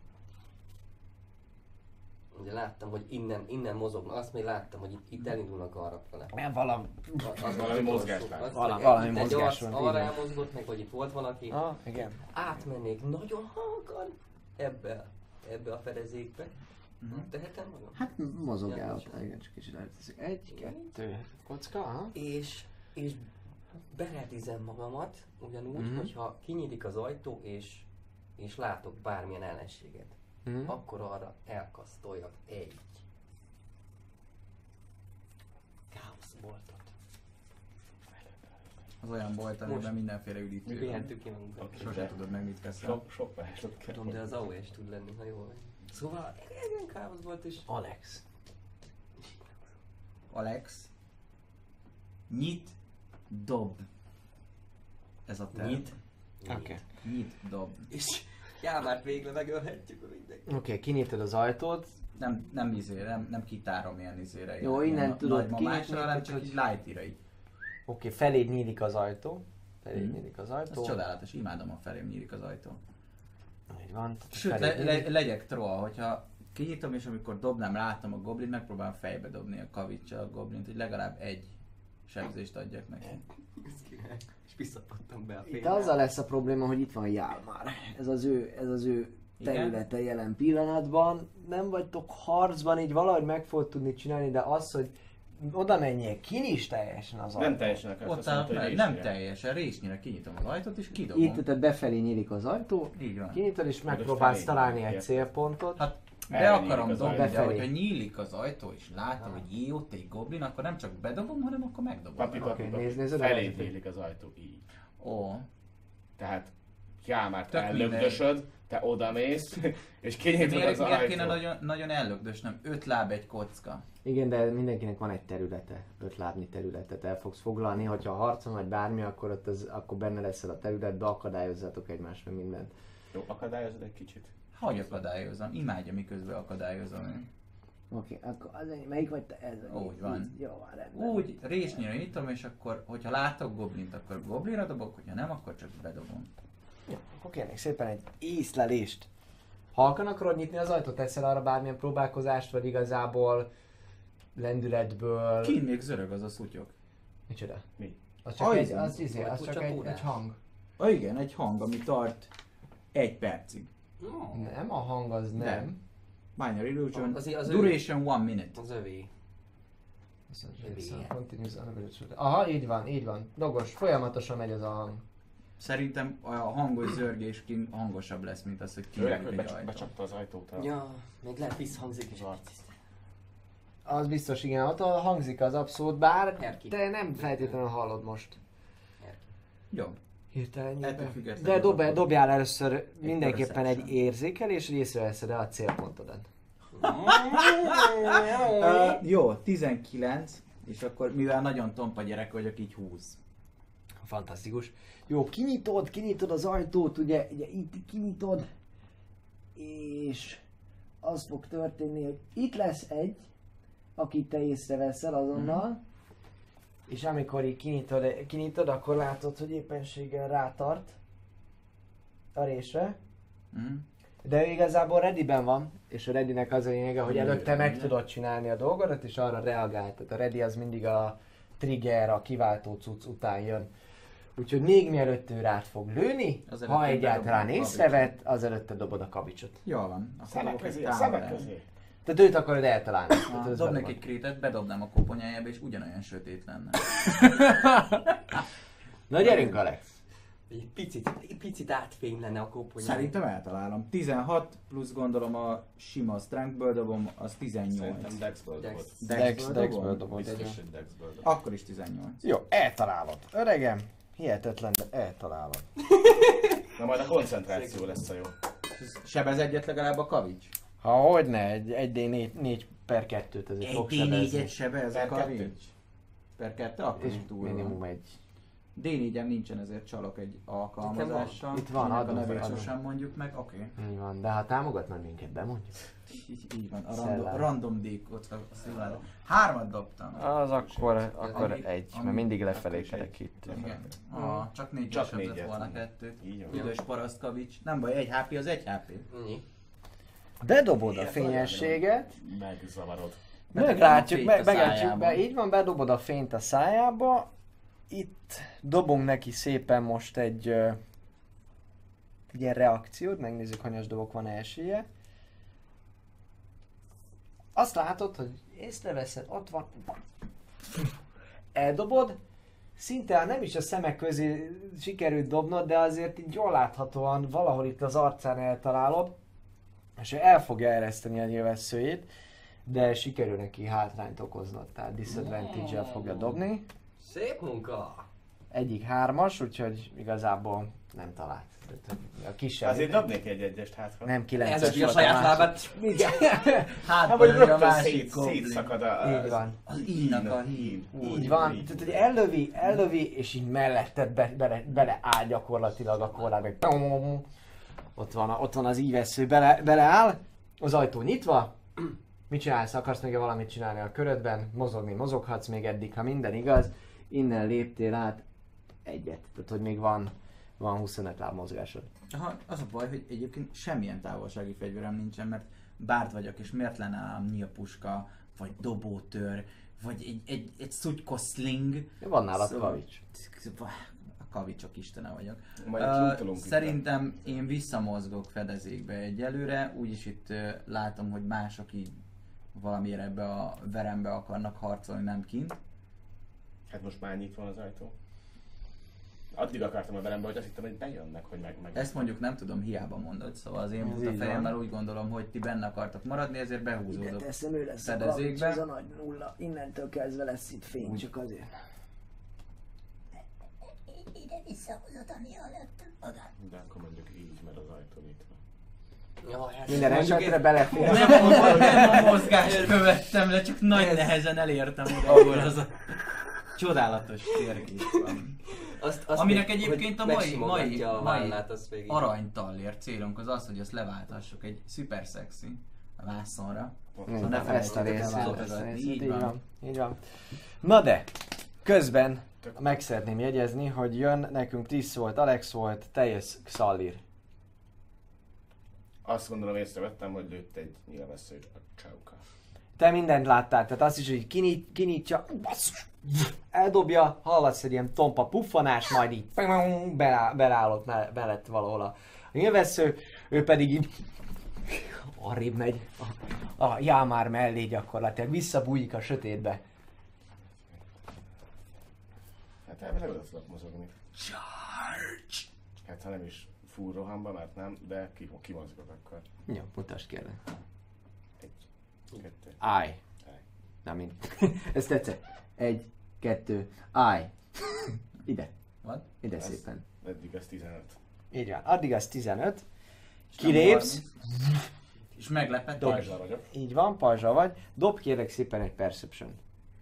S3: Ugye láttam, hogy innen, innen mozognak, azt még láttam, hogy itt, itt elindulnak arra fele.
S1: Nem valami...
S3: Az- az
S4: Valami
S3: az
S4: mozgás
S3: utolsó.
S4: van.
S3: Az,
S1: Valami-
S3: hogy
S1: valami
S3: itt egy
S1: mozgás
S3: arc
S1: van,
S3: arra
S1: így van.
S3: elmozgott, meg hogy itt volt valaki.
S1: Ah, igen.
S3: Átmennék nagyon halkan ebbe, ebbe a fedezékbe. Tehetem magam?
S1: Hát mozogál
S3: Ja,
S1: ott, igen, csak kicsit elteszik. Egy, kettő, kocka, ha?
S3: És, és beretizem magamat, ugyanúgy,
S1: Mhm.
S3: hogyha kinyílik az ajtó, és, és látok bármilyen ellenséget,
S1: Mhm.
S3: akkor arra elkasztoljak egy káoszboltot.
S2: Az olyan bolt,
S3: Most.
S2: amiben mindenféle
S3: Mi
S2: üdítő van.
S3: pihenttük ki magunkat.
S4: Oké.
S2: Sose tudod meg, mit kezd el.
S4: Sok, sok másod kell.
S3: Tudom, de az á o es tud lenni, ha jól vagy. Szóval igen, káoszbolt is.
S1: Alex.
S2: Alex. Nyit, dob. Ez a terv.
S3: Nyit.
S1: Oké. Okay.
S2: Nyit, dob.
S3: És Jámárt végre megölhetjük a mindenki.
S1: Oké, okay, kinyitod az ajtót.
S2: Nem, nem izé, nem, nem kitárom ilyen izére.
S1: Jó,
S2: ilyen
S1: innen
S2: na-
S1: tudod
S2: nagymamásra,
S1: kinyitni,
S2: hanem
S1: hogy-
S2: csak így light-ira így.
S1: Oké, okay, feléd nyílik az ajtó. Feléd
S2: Mhm.
S1: nyílik az
S2: Ez
S1: ajtó.
S2: csodálatos, imádom, a felém nyílik az ajtó.
S1: Így van. tehát
S2: Sőt,
S1: feléd
S2: le, le,
S1: nyílik.
S2: legyek troll, hogyha kinyitom és amikor dobnám, látom a goblin, megpróbálom fejbe dobni a kavicsal a goblint, hogy legalább egy sebzést adjak neki.
S3: És visszapattam be a
S1: Itt
S3: fénybe.
S1: azzal lesz a probléma, hogy itt van Hjalmar. Ez az ő, ez az ő
S2: Igen?
S1: területe jelen pillanatban. Nem vagytok harcban, így valahogy meg fogod tudni csinálni, de az, hogy oda menjél, kinyisd teljesen az ajtót.
S4: Nem teljesen akarsz
S2: Ott
S4: azt
S2: áll,
S4: mondani, hogy
S2: nem
S4: résnyire.
S2: teljesen, résnyire kinyitom az ajtót és kidobom.
S1: Itt, tehát befelé nyílik az ajtó,
S2: Így van.
S1: kinyitod és
S4: Vagy
S1: megpróbálsz
S4: felé
S1: találni
S4: nyílik,
S1: egy
S4: érted?
S1: célpontot.
S2: Hát be
S4: Erre
S2: akarom
S4: nyílik az
S2: dobni,
S1: ajtó.
S2: de hogyha
S1: Befelé.
S2: nyílik az ajtó és látom, hogy jé, ott egy goblin, akkor nem csak bedobom, hanem akkor megdobom.
S4: Papi, papi,
S1: Oké,
S4: papi.
S1: nézd, nézd, oda
S4: Felé
S1: vagy.
S4: nyílik az ajtó, így.
S2: Ó,
S4: Tehát Hjalmart
S2: Tök
S4: ellögdösöd, te odamész, és kinyitod
S2: miért,
S4: az
S2: miért kéne
S4: ajtót.
S2: nagyon, nagyon ellökdösnöm? Öt láb egy kocka.
S1: Igen, de mindenkinek van egy területe, öt lábnyi területet el fogsz foglalni, hogyha a harcon vagy bármi, akkor, ott az, akkor benne leszel a területbe, akadályozzatok egymást, meg mindent.
S4: Jó, akadályozod egy kicsit.
S2: Hogy akadályozom? Imádja, miközben akadályozom én.
S1: Oké, okay, akkor az egy, melyik vagy te? Ez
S5: Úgy van.
S1: Jó, van, rendben.
S5: Úgy résnyire nyitom, és akkor, hogyha látok goblint, akkor goblinra dobok, hogyha nem, akkor csak bedobom.
S1: Jó, akkor kérnék szépen egy észlelést. Halkan akarod nyitni az ajtót, teszel arra bármilyen próbálkozást, vagy igazából lendületből...
S5: Kint még zörög az a szutyok.
S1: Micsoda?
S4: Mi?
S1: Az csak,
S6: Ah,
S1: egy,
S6: igen.
S1: az, izé, az
S3: Vagy
S1: csak
S3: csak
S1: egy,
S3: tudás.
S1: egy hang.
S6: Ah, igen, egy hang, ami tart egy percig.
S1: Nem, a hang az nem.
S6: Nem. Minor illusion,
S3: Az- az ő-
S6: duration one minute.
S3: Az övé.
S1: Continuous unavailable. Aha, így van, így van. Dogos, folyamatosan megy az a hang.
S5: Szerintem a hangos zörgés kin hangosabb lesz, mint az, hogy
S4: Főleg,
S5: kinyílik
S4: hogy
S5: egy
S4: becs-
S5: ajtó.
S4: becsapta az ajtót. A...
S3: Ja, még lehet visszhangzik is arc.
S1: Az biztos, igen, ott hangzik az abszolút, bár
S3: Erki.
S1: te nem feltétlenül hallod most.
S5: Jó.
S1: Hirtelen.
S5: Ettől függetlenül
S1: De dob,
S5: akkor-
S1: dobjál először mindenképpen egy
S5: perception.
S1: érzékelés, hogy észreveszed a célpontodat.
S6: Uh, jó, tizenkilenc, és akkor mivel nagyon tompa gyerek vagyok, így húsz.
S1: Fantasztikus. Jó, kinyitod, kinyitod az ajtót, ugye, ugye itt kinyitod, és az fog történni, hogy itt lesz egy, akit te észreveszel azonnal, mm. és amikor így kinyitod, kinyitod, akkor látod, hogy éppenséggel rátart a résre,
S5: Mm.
S1: de ő igazából readyben van, és a readynek az a lényege, hogy
S5: Igen,
S1: előtte meg
S5: igen.
S1: tudod csinálni a dolgodat, és arra reagál. Tehát a ready az mindig a trigger, a kiváltó cucc után jön. Úgyhogy még mielőtt ő rád fog lőni,
S5: Azelőtt
S1: ha
S5: én
S1: egyáltalán
S5: bedobom a
S1: észrevett, azelőtt te dobod a kavicsot.
S6: Jól van. Akkor
S4: Szemek
S6: dobok egy
S4: közé, a szemek
S6: támadást.
S4: közé.
S1: Tehát őt akarod eltalálni. Tehát ez
S5: Dobnék
S1: benne
S5: egy krétet, bedobnám a koponyájába, és ugyanolyan sötét lenne.
S1: van. Na gyerünk, Alex!
S3: Egy picit, egy picit átfény lenne a kóponyán.
S6: Szerintem eltalálom. tizenhat plusz gondolom a sima strengthből dobom, az tizennyolc.
S4: Szerintem Dexből
S3: Dex.
S4: dobott.
S1: Dex,
S6: Dexből
S1: Dexből
S6: dobom?
S1: dobod.
S4: Biztos, hogy Dexből dobott.
S6: Akkor is tizennyolc.
S1: Jó, eltalálod. Öregem, hihetetlen, de eltalálod.
S4: Na majd a koncentráció lesz a jó.
S6: Sebez egyet legalább a kavics?
S1: Ha hogyne, egy, egy D négy per kettőt ezért fog
S6: Egy D négyet
S1: sebezni.
S6: sebez a
S4: Per
S6: kavics?
S4: kettő?
S6: Per kettő? Akkor
S1: És
S6: is túl
S1: minimum
S6: van.
S1: egy.
S6: D négyem nincsen, ezért csalok egy alkalmazással.
S1: Itt van,
S6: aminek
S1: adom,
S6: a nevét
S1: adom.
S6: sosem mondjuk meg, oké. Okay.
S1: Így van, de ha támogatnád minket, bemondjuk.
S6: Így, így van, a
S1: Szellem.
S6: random, random D-kocka, azt imádom. Hármat dobtam.
S1: Az akkor, akkor
S6: Ami-
S1: egy,
S6: ami-
S1: mert mindig lefelé
S4: akkor is
S1: kerek itt.
S6: Igen. Ah, csak négy
S4: Csak
S6: sebzett
S4: négyet.
S6: volna kettőt.
S4: Így van.
S6: Üdös paraszt kavics. Nem baj, egy há pé az egy há pé.
S3: Ennyi.
S1: Bedobod a fényességet,
S4: Megzavarod.
S1: meglátjuk,
S6: a
S1: meg,
S6: fényt a
S1: meglátjuk be,
S6: szájába.
S1: így van, bedobod a fényt a szájába. Itt dobunk neki szépen most egy, ö, egy ilyen reakciót, megnézzük, hanyas dobok van esélye. Azt látod, hogy észreveszed, ott van, eldobod, szinte nem is a szemek közé sikerült dobnod, de azért így jól láthatóan valahol itt az arcán eltalálod, és ő el fogja ereszteni a nyilvesszőjét, de sikerül neki hátrányt okoznod, tehát disadvantage-el fogja dobni.
S3: Szép munka!
S1: Egyik hármas, úgyhogy igazából nem talált. Tehát, a kisebb.
S4: Azért dobnék egy egyest hátra.
S1: Nem kilences
S3: Eldobja a
S1: volt
S3: saját
S1: másik.
S3: lábát.
S1: Igen.
S5: Hát,
S4: Hát
S5: vagy
S4: vagy
S5: a
S4: rögtön
S5: másik
S4: szét,
S5: goblin.
S4: szétszakad a...
S1: Így van.
S5: Az íjnak a hív.
S1: Így van. Tehát, hogy ellövi, ellövi, és így melletted be, bele, beleáll gyakorlatilag a korláb, meg ott van, a- ott van az ívesző, bele, beleáll, az ajtó nyitva. Mit csinálsz? Akarsz még valamit csinálni a körödben? Mozogni mozoghatsz még eddig, ha minden igaz. Innen léptél át egyet, tehát hogy még van, van huszonöt láb mozgásod.
S6: Aha, az a baj, hogy egyébként semmilyen távolsági fegyverem nincsen, mert bárd vagyok, és miért lenne nálam nyílpuska, vagy dobótör, vagy egy, egy, egy szutykos sling.
S1: Van nálad
S6: Szóval-
S1: kavics.
S6: A kavicsok istene vagyok.
S4: Majd
S6: Ö,
S4: lootolunk itt.
S6: szerintem én visszamozgok fedezékbe egyelőre, úgyis itt ö, látom, hogy mások így valamiért ebbe a verembe akarnak harcolni, nem kint.
S4: Hát most már nyitva van az ajtó. Addig akartam a verembe, hogy azt hittem, hogy bejönnek, hogy meg... meg...
S6: Ezt mondjuk nem tudom, hiába mondod, szóval az én
S1: Ez
S6: buta
S1: így
S6: fejemmel
S1: van.
S6: úgy gondolom, hogy ti benne akartok maradni, ezért behúzódok.
S1: teszem, ő lesz
S6: a kavics, ez a
S1: nagy nulla. Innentől kezdve lesz itt fény,
S6: Úgy.
S1: csak azért.
S7: Ide visszahozod, ami előttem oda.
S4: De akkor mondjuk így, mert az ajtó nyitva.
S3: Jaj, hát
S1: Minden
S3: mondjuk
S1: esetre
S3: én-
S1: belefér.
S5: Nem, a- nem a mozgást követtem le, csak nagy nehezen elértem oda, ahol az a csodálatos térkép van.
S3: Azt, azt
S5: Aminek
S3: még,
S5: egyébként
S3: hogy
S5: a mai-
S3: megsimogatja
S5: mai-
S3: a
S5: mai
S3: vállát, azt végig.
S5: Aranytallér célunk az az, hogy ezt leváltassuk egy szuper szexi uh,
S6: a vászonra.
S1: Így
S6: ne
S1: van, ezt a
S6: felejtsétek el
S1: részt,
S6: váltogatni.
S1: ezt a részt,
S6: Így
S1: így
S6: van.
S1: van, így van. Na de, közben meg szeretném jegyezni, hogy jön nekünk Triss volt, Alex volt, teljes Xallir.
S4: Azt gondolom észrevettem, hogy lőtt egy nyilvesszőt a csauka.
S1: Te mindent láttál, tehát azt is, hogy kinyit, kinyitja, basszus, eldobja, hallasz egy ilyen tompa puffanás, majd így belá- belállott me- belett valahol a nyilvessző, ő pedig így arrébb megy a, a jámár mellé gyakorlatilag, visszabújik a sötétbe.
S4: Hát elvileg oda tudok mozogni. Charge! Hát ha nem is full rohamba, mert nem, de ki, kimozgok akkor.
S1: Jó, mutasd kérlek.
S4: Egy, kettő.
S1: Állj.
S4: Állj.
S1: Na mind. Ez tetszett. Egy, kettő, állj. Ide.
S6: What?
S1: Ide
S4: Ez-
S1: szépen.
S4: Eddig ez tizenöt.
S1: Így van. Addig az tizenöt.
S6: És
S1: Kilépsz.
S6: És meglepett.
S4: Pajzsal vagyok.
S1: Így van, pajzsal vagy. Dob kérlek szépen egy perception.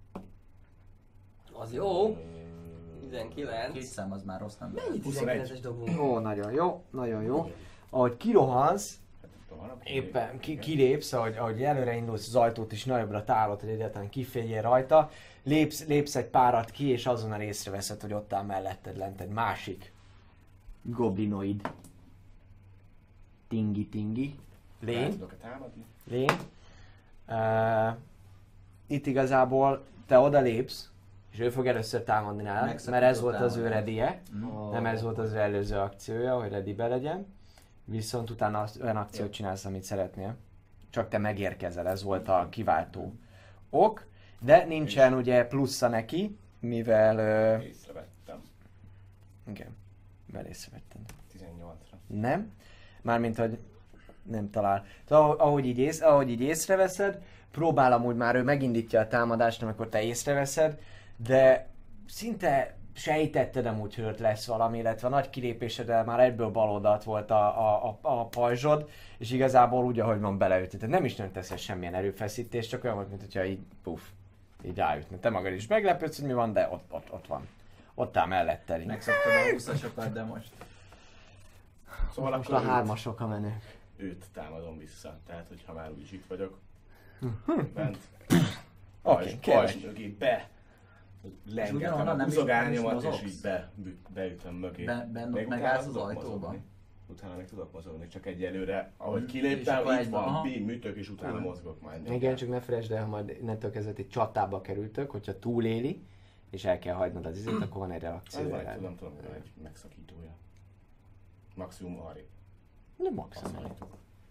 S3: Az jó. tizenkilenc.
S6: Két szám az már rossz nem.
S3: Mennyi tizenkilences dobunk?
S1: Ó, nagyon jó, nagyon jó. Ahogy kirohansz,
S4: Rohanok,
S1: éppen ki, kilépsz, ahogy, ahogy előre indulsz az ajtót is nagyobbra tálod, hogy egyáltalán kiféljél rajta. Lépsz, lépsz egy párat ki, és azonnal észreveszed, hogy ott áll melletted lent egy másik goblinoid. Tingi-tingi.
S4: Rá
S1: Lény.
S4: tudok-e támadni?
S1: Lény. Uh, itt igazából te oda lépsz, és ő fog először támadni nálad,
S6: Megszakított
S1: mert ez volt az ő
S6: támadás.
S1: ready-je.
S6: Mm.
S1: Nem ez volt az előző akciója, hogy ready-be legyen. Viszont utána azt, olyan akciót csinálsz, amit szeretnél. Csak te megérkezel, ez volt a kiváltó ok. De nincsen ugye plusza neki, mivel... Uh,
S4: Észrevettem.
S1: igen, mivel észrevetted.
S4: tizennyolcra.
S1: Nem. Mármint, hogy nem talál. Tehát, ahogy így, ész, ahogy így észreveszed, próbál amúgy már ő megindítja a támadást, amikor te észreveszed, de szinte sejtetted amúgy, hogy ott lesz valami, illetve a nagy kilépéseddel már egyből baloldalt volt a, a, a, a pajzsod, és igazából úgy, ahogy van beleütni. Tehát nem is nagyon teszel semmilyen erőfeszítést, csak olyan volt, mint hogyha így puff, így ráütne. Te magad is meglepődsz, hogy mi van, de ott, ott, ott van. Ott áll melletted. így.
S6: Megszoktad a húszasokat, de most.
S4: Szóval
S1: Most
S4: akkor
S1: a
S4: őt,
S1: hármasok a menők.
S4: őt támadom vissza. Tehát, hogyha már úgyis itt vagyok, bent,
S1: Oké,
S4: pajzs,
S1: kérlek.
S4: pajzs mögé be, lengetem
S6: ugyanonnan
S4: a
S6: nem is-
S4: húzogányomat,
S6: nem is
S4: és
S6: mozogsz?
S4: így be, bü- beütöm mögé.
S6: Be- bent ott
S4: Még
S6: megállsz
S4: utána
S6: az
S4: tudok
S6: ajtóba?
S4: mozogni. Utána még tudok mozogni, csak egyelőre, ahogy
S6: Mm, és
S4: kiléptem,
S6: akkor
S4: itt
S6: egyben,
S4: van,
S6: aha.
S4: bim, ütök, és utána
S6: Cool.
S4: mozgok majd.
S1: Igen, csak ne felejtsd el, ha majd innentől kezdve egy csatába kerültök, hogyha túléli, és el kell hagynod az izét, akkor van egy
S4: Ez
S1: reakció.
S4: majd
S1: rád.
S4: tudom, tudom, hogy egy megszakítója. Maximum arrébb.
S1: Nem maximum.
S4: Szakító.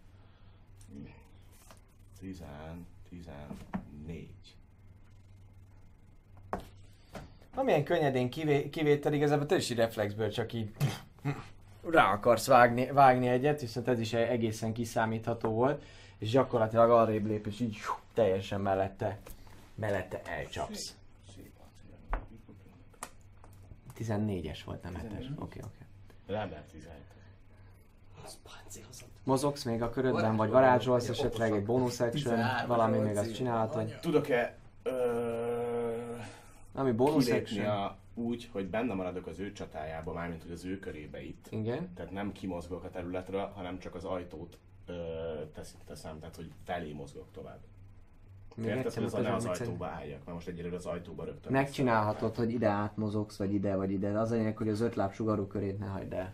S4: Tizen, tizennégy.
S1: Amilyen könnyedén kivé, kivétel, igazából te is így reflexből csak így rá akarsz vágni, vágni egyet, viszont ez is egészen kiszámítható volt, és gyakorlatilag arrébb lép, és így teljesen mellette, mellette elcsapsz.
S4: Szép acél.
S1: tizennégyes volt, nem hetes. Oké,
S4: tizennégy.
S1: oké. Okay.
S4: Nem lehet tizenhét.
S3: Az páncélhozott.
S1: Mozogsz még a körödben, vagy
S3: Varázsolod,
S1: varázsolsz
S3: vagy
S1: esetleg egy
S3: okosabb.
S1: bonus action,
S6: tizenhárom
S1: valami
S6: az
S1: még azt
S6: cím.
S1: csinálhatod.
S4: Tudok-e ö,
S1: Ami bonus
S4: kilépni
S1: action.
S4: a, úgy, hogy benne maradok az ő csatájába, mármint hogy az ő körébe itt.
S1: Igen.
S4: Tehát nem kimozgok a területről, hanem csak az ajtót ö, tesz, teszem, tehát hogy felé mozgok tovább.
S1: Még
S4: Érted,
S1: egyszer
S4: hogy az ne az
S1: mutasd, mit
S4: ajtóba álljak, mert most egyelőre az ajtóba rögtön.
S1: megcsinálhatod, hogy ide átmozogsz, vagy ide, vagy ide. Az a lényeg, hogy az öt láb sugarú körét ne hagyd el.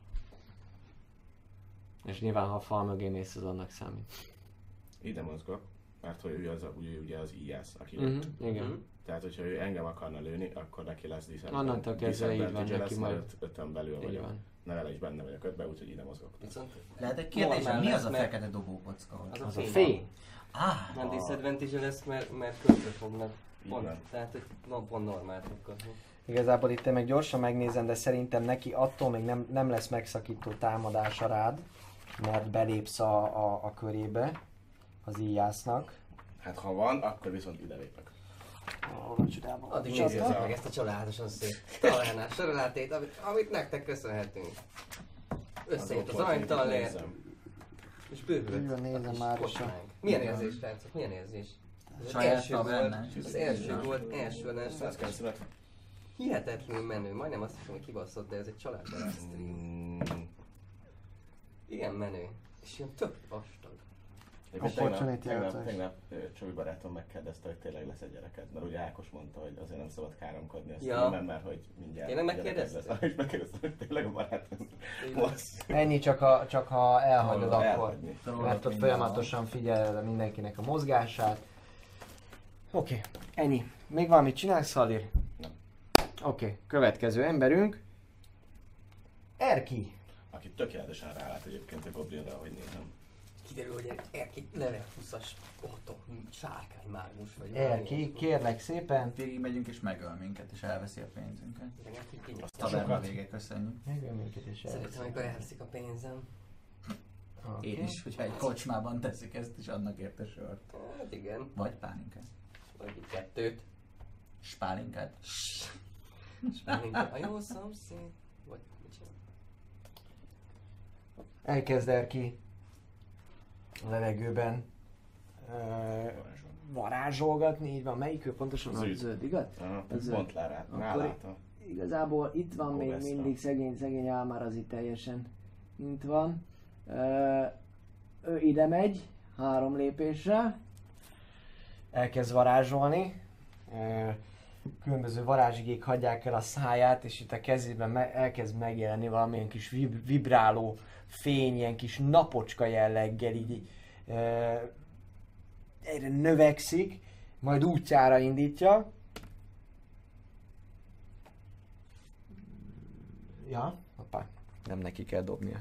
S1: És nyilván, ha a fal mögé mész, az annak számít.
S4: Ide mozgok, mert hogy ő, az, a, ugye, ugye az Iász, aki
S1: Mhm,
S4: lőtt.
S1: igen.
S4: Tehát, hogyha ő engem akarna lőni, akkor neki lesz disadvantage.
S1: Onnantól kezdve így van,
S4: disadvantage-e
S1: neki
S4: lesz,
S1: majd-
S4: mert öt- ötön belül
S1: Így
S4: vagyok.
S1: van.
S4: Ne vele is benne vagyok ötben, úgyhogy ide mozgok.
S3: Viszont
S6: Lehet egy kérdésem,
S3: normál
S6: mi
S3: lesz,
S6: az a
S3: mert-
S6: fekete dobókocka?
S3: Az a
S1: Az a
S3: fény.
S1: fény.
S6: Ah,
S3: Nem disadvantage lesz, mert, mert közbe fognak.
S4: Így
S3: Pont,
S4: van.
S3: tehát, hogy van pont normál fog kapni.
S1: Igazából itt én meg gyorsan megnézem, de szerintem neki attól még nem, nem lesz megszakító támadása rád, mert belépsz a, a, a körébe az Ijásznak.
S4: Hát ha van, akkor viszont ide lépek.
S1: Oh, csodában.
S3: Addig
S4: Csata.
S3: nézzétek meg ezt a családosan szép találás sorolátét, amit, amit nektek köszönhetünk. Összejött az aranytallér,
S4: Nézzem.
S3: és bővült.
S1: Így van, nézem
S3: kis
S1: már is a-
S3: kocsmánk. Milyen érzés, srácok? Milyen érzés? Az
S6: Saját
S3: első volt,
S6: tavernás.
S3: az első volt, első adás.
S4: százkilencvenöt.
S3: Hihetetlenül menő, majdnem azt hiszem, hogy kibaszott, de ez egy családbarát stream.
S4: Mm,
S3: Igen menő. És ilyen tök vastag.
S1: Opportunity
S4: tegnap,
S1: hatás.
S4: tegnap ö, Csabi barátom megkérdezte, hogy tényleg lesz egy gyereked, mert ugye Ákos mondta, hogy azért nem szabad káromkodni a
S3: Ja.
S4: streamen, mert hogy mindjárt
S3: Tényleg
S4: gyereked
S3: megkérdezte?
S4: lesz. És megkérdezte, hogy tényleg a barátom most.
S1: Ennyi csak, a, csak ha elhagyod akkor.
S4: Elhagyni.
S1: Mert ott folyamatosan figyeled mindenkinek a mozgását. Oké, okay. Ennyi. Még valamit csinálsz, Szalir?
S4: Nem.
S1: Oké, okay. Következő emberünk. Erki.
S4: Aki tökéletesen rálát egyébként a Goblinra, ahogy nézem.
S3: Kiderül, hogy Erki level húszas otthon sárkány mágus vagy.
S1: Erki, kérlek szépen.
S6: Végig megyünk és megöl minket és elveszi a pénzünket.
S3: Igen,
S6: Azt a taverna végig köszönjük.
S1: Megöl minket is el.
S3: Szerintem, amikor elveszik a pénzem.
S1: Okay.
S6: Én is, hogyha egy kocsmában teszik ezt, és adnak érte sört.
S3: Hát igen.
S6: Vagy pálinkát.
S3: Vagy itt kettőt.
S6: Spálinkát.
S3: Spálinkát. A jó szomszéd. Vagy mit csinál?
S1: Elkezd Erki a levegőben uh, varázsolgatni, így van. Melyik ő pontosan?
S4: Zöld.
S1: A zöld, igaz?
S4: Aha,
S1: Ez
S4: pont rá,
S1: akkor-
S4: rálátom.
S1: Igazából itt van még
S4: Koveszta.
S1: mindig szegény, szegény Álmár az itt teljesen itt van. Ö, ő ide megy, három lépésre. Elkezd varázsolni. Ö, különböző varázsigék hagyják el a száját, és itt a kezében me- elkezd megjelenni valamilyen kis vib- vibráló fény, ilyen kis napocska jelleggel, így ö, egyre növekszik, majd útjára indítja. Ja, hoppá, nem neki kell dobnia.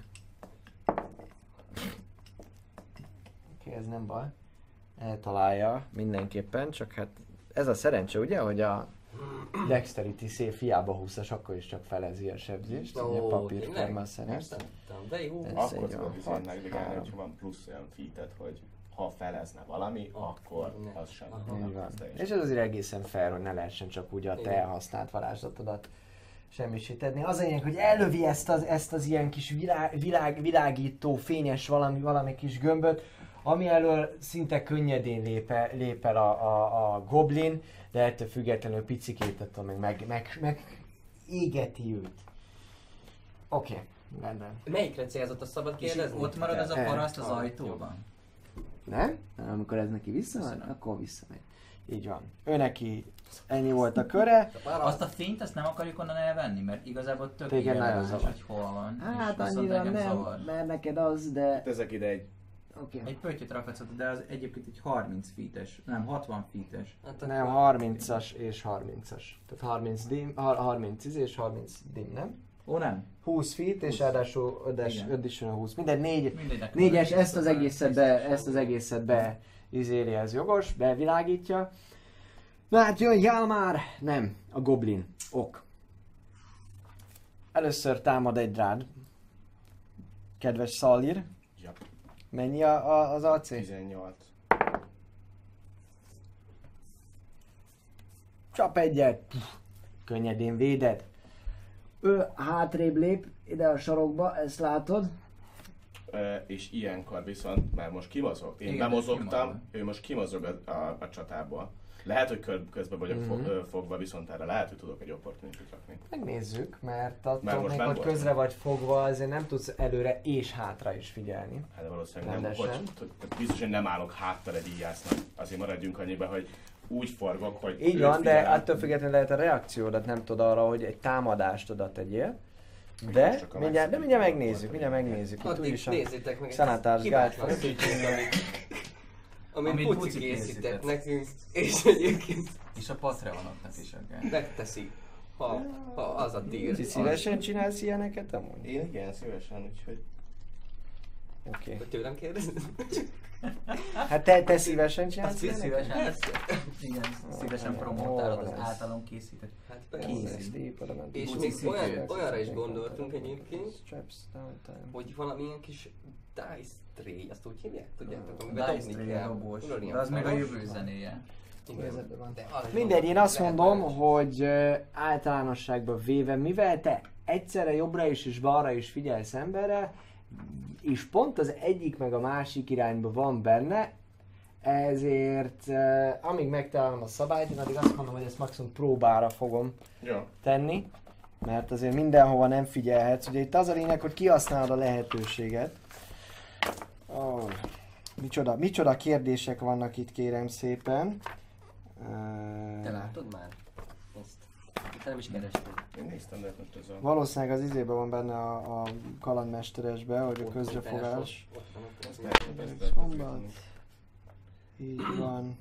S1: Oké, ez nem baj. Eltalálja mindenképpen, csak hát ez a szerencse, ugye, hogy a Dexterity szép hiába húszas, akkor is csak felezi a sebzést, ugye papírforma szerint.
S3: Ezt nem tudtam, de jó.
S1: Ez
S4: Akkor
S1: egy
S4: tudod
S1: olyan
S4: bizony
S1: hat,
S4: negligálni,
S1: három.
S4: hogyha van plusz olyan featet, hogy ha felezne valami, akkor
S3: ne.
S4: az sem.
S3: Aha.
S1: Így van.
S4: Az teljesen-
S1: És ez azért egészen fair, hogy ne lehessen csak úgy a te
S3: Igen.
S1: használt varázslatodat semmisíteni. Az a lényeg, hogy ellövi ezt az, ezt az ilyen kis világ, világ, világító, fényes valami, valami kis gömböt, ami elől szinte könnyedén lép el, lép el a, a, a goblin, de ettől függetlenül picikét attól meg, meg, meg, meg égeti őt. Oké, okay, rendben.
S3: Melyikre célzott, a szabad
S6: És
S3: kérdezni?
S6: ott marad az a
S1: El.
S6: paraszt az ajtóban?
S1: Nem? Amikor ez neki visszamegy, akkor visszamegy. Így van. Ő neki ennyi volt a köre.
S6: Azt a fényt azt nem akarjuk onnan elvenni, mert igazából tök
S1: Téged nagyon
S6: irreleváns,
S1: zavar.
S6: hogy hol van.
S1: Hát
S6: és viszont
S1: annyira
S6: engem
S1: nem,
S6: zavar.
S1: mert neked az, de...
S4: Ezek ide egy
S1: Oké.
S6: Egy pöttyöt rakhatsz, de az egyébként egy harminc feet-es, nem hatvan feet-es.
S3: Hát
S1: Nem,
S3: akkor-
S1: harmincas és harmincas. Tehát harminc dim, har- harminc izé és harminc dim, nem?
S6: Ó nem?
S1: húsz feet és ráadásul
S6: Igen.
S1: additional húsz. Mindegy, négy,
S6: Mindegynek
S1: négyes,
S6: van,
S1: ezt az
S6: biztos,
S1: egészet be,
S6: biztos.
S1: ezt az egészet be izéli, ez jogos, bevilágítja. Na hát jön Hjalmar! Nem, a goblin. Ok. Először támad egy rád. Kedves Szalir.
S4: ja,
S1: Mennyi a, a, az á cé?
S4: tizennyolc.
S1: Csap egyet. Puh, könnyedén véded. Ő hátrébb lép ide a sarokba, ezt látod.
S4: Ö, és ilyenkor viszont már most kimozog. Én
S6: Igen,
S4: bemozogtam,
S6: kimozog.
S4: ő most kimozog a, a, a csatából. Lehet, hogy kör, közben vagyok
S1: Mhm.
S4: fog, ö, fogva, viszont erre lehet, hogy tudok egy opportunity rakni.
S1: Megnézzük, mert attól
S4: Már most
S1: még,
S4: benn
S1: hogy
S4: voltam.
S1: közre vagy fogva, azért nem tudsz előre és hátra is figyelni.
S4: Hát de valószínűleg nem,
S1: Rendesen.
S4: hogy, hogy, hogy biztos, hogy nem állok háttal egy íjásznak. Azért maradjunk annyiba, hogy úgy forgok, hogy
S1: Így
S4: őt
S1: van, de
S4: figyelem.
S1: attól függetlenül lehet a reakciódat nem tudod arra, hogy egy támadást oda tegyél. De
S4: Most csak a
S1: mindjárt, de
S4: megszokott
S1: mindjárt
S4: volt,
S1: megnézzük,
S4: volt,
S1: mindjárt
S4: hogy
S1: megnézzük. Itt
S3: Addig
S1: úgyis a
S3: nézzétek meg ezt
S1: Sanitár's
S3: a hibátlan
S1: Guide.
S3: szütyét, amit, amit
S6: Amit
S3: Puci
S6: Puci
S3: készített
S6: készített.
S3: nekünk, és egyébként
S6: És a Patreonoknak is akár.
S3: megteszi, ha, ha az a deal.
S1: Ti szívesen csinálsz ilyeneket amúgy?
S4: Én igen, szívesen, úgyhogy
S1: Oké.
S3: Hogy tőlem kérdezed?
S1: Hát te, te szívesen
S3: Azt
S1: csinálsz ilyeneket?
S6: Szívesen, igen, szívesen promotálod az
S1: Ó, ez.
S6: általom készített.
S3: Hát
S1: Kész,
S3: persze.
S1: deep oda ment.
S3: És
S6: Puci
S3: még
S6: szűkül.
S3: olyan, olyanra is gondoltunk egyébként,
S1: Straps downtime.
S3: hogy valamilyen kis dice tray, azt úgy hívják? Tudjátok, amiben
S6: Dice
S3: dobni
S6: Tray
S3: kell.
S6: dobós.
S3: Tudod, ilyen
S6: De az még a
S3: falas.
S6: jövő zenéje.
S3: Igen.
S1: Helyzetben van.
S3: De arra is
S1: Mindegy, én
S3: gondoltam,
S1: azt
S3: lehet
S1: mondom,
S3: más.
S1: hogy ö, általánosságban véve, mivel te egyszerre jobbra is és balra is figyelsz emberre, és pont az egyik meg a másik irányba van benne, ezért uh, amíg megtalálom a szabályt, én addig azt mondom, hogy ezt maximum próbára fogom
S4: ja.
S1: tenni, mert azért mindenhova nem figyelhetsz. Ugye itt az a lényeg, hogy kihasználod a lehetőséget. Oh. Micsoda, micsoda kérdések vannak itt, kérem szépen.
S3: Te látod már? Ezt. Te nem is kerestél.
S4: Én néztem, de most ez a...
S1: Valószínűleg az izében van benne a, a kalandmesteresben, hogy a
S3: Ott
S1: közrefogás.
S3: Ott van, ott
S4: Ezt
S3: van.
S4: lehet, ezt lehet
S1: Szombat.
S4: tudni.
S1: Így van.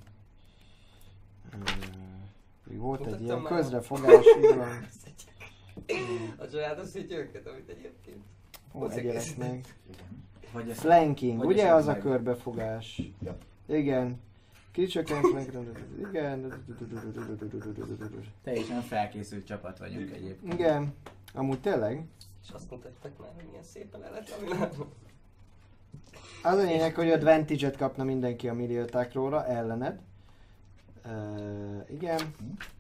S1: Még volt egy
S3: Mutattam
S1: ilyen
S3: már.
S1: közrefogás, így van.
S3: A sajátos szütyőket, amit egyébként.
S1: Ó, egyelek meg.
S6: Vagy ez
S1: Flanking,
S6: Hogy
S1: ugye
S6: esett
S1: az a
S6: meg?
S1: körbefogás?
S4: Ja.
S1: Igen. Kicsökken flank, igen.
S6: teljesen felkészült csapat vagyunk egyébként.
S1: Igen. Amúgy tényleg.
S3: És azt mutattak már, hogy milyen szépen el lett a világ.
S1: Az a lényeg, hogy advantage-et kapna mindenki a melee attack-róla ellened. Uh, igen.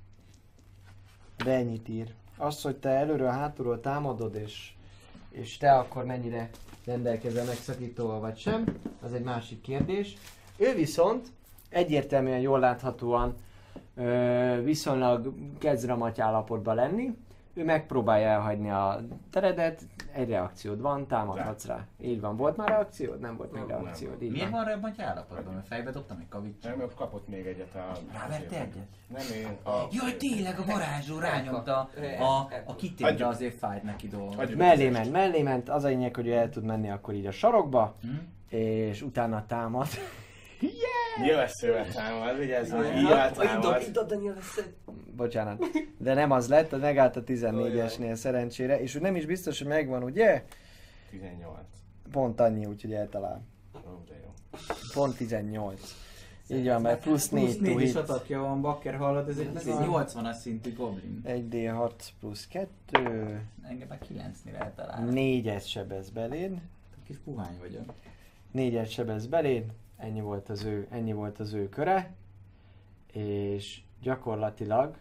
S1: De ennyit ír. Az, hogy te előről, hátulról támadod, és, és te akkor mennyire rendelkezel megszakítóval vagy sem, az egy másik kérdés. Ő viszont egyértelműen jól láthatóan ö, viszonylag kezd ramaty állapotban lenni. Ő megpróbálja elhagyni a teredet, egy reakciód van, támadhatsz rá. Így van. Volt már reakciód? Nem volt még
S4: Nem,
S1: reakciód.
S4: nem.
S1: Így
S6: Miért
S1: van.
S6: van rá egy állapotban? Mert fejbe dobtam egy kavicsot.
S4: Nem, mert kapott még egyet a...
S6: Ráverte egyet?
S4: Nem én. A...
S6: Jaj, tényleg a varázsló rányomta a, a kitérbe,
S4: Adjuk.
S6: azért fájt neki dolga.
S4: Adjuk.
S1: Mellé ment, mellé ment, az a lényeg, hogy ő el tud menni akkor így a sarokba,
S6: Hm?
S1: és utána támad.
S4: Nyilvesszővel támad, ugye ez
S3: Ja,
S4: így
S3: Itt
S4: támad.
S3: itt a Daniel lesz.
S1: Bocsánat. De nem az lett, az megállt a tizennégyesnél szerencsére, és úgy nem is biztos, hogy megvan, ugye?
S4: tizennyolc.
S1: Pont annyi, úgyhogy eltalál.
S4: Ó, de jó.
S1: Pont tizennyolc. Így van, mert plusz négy
S6: Plusz
S1: to
S6: négy is
S1: hit.
S6: atakja van, Bakker hallod, ez egy, ez egy nyolcvanas szintű goblin.
S1: egy dé hat plusz kettő,
S6: Engem már kilencnél eltalál.
S1: négyet sebez beléd,
S6: Kis puhány vagyok.
S1: négyet sebez beléd, ennyi volt az ő, ennyi volt az ő köre, és gyakorlatilag,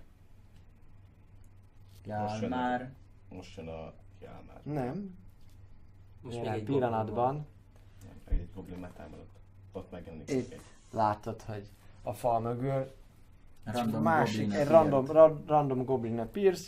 S6: Jár
S4: jön
S6: már.
S4: Most jön a Jelmár.
S1: nem,
S3: Most még
S1: jelen
S3: egy
S1: pillanatban
S4: Egy goblin megtámadott. Ott megjelenik
S1: Itt.
S4: egy.
S1: látod, hogy a fal mögül
S6: Random
S1: másik,
S6: goblin
S1: egy random, ra, random goblin appears,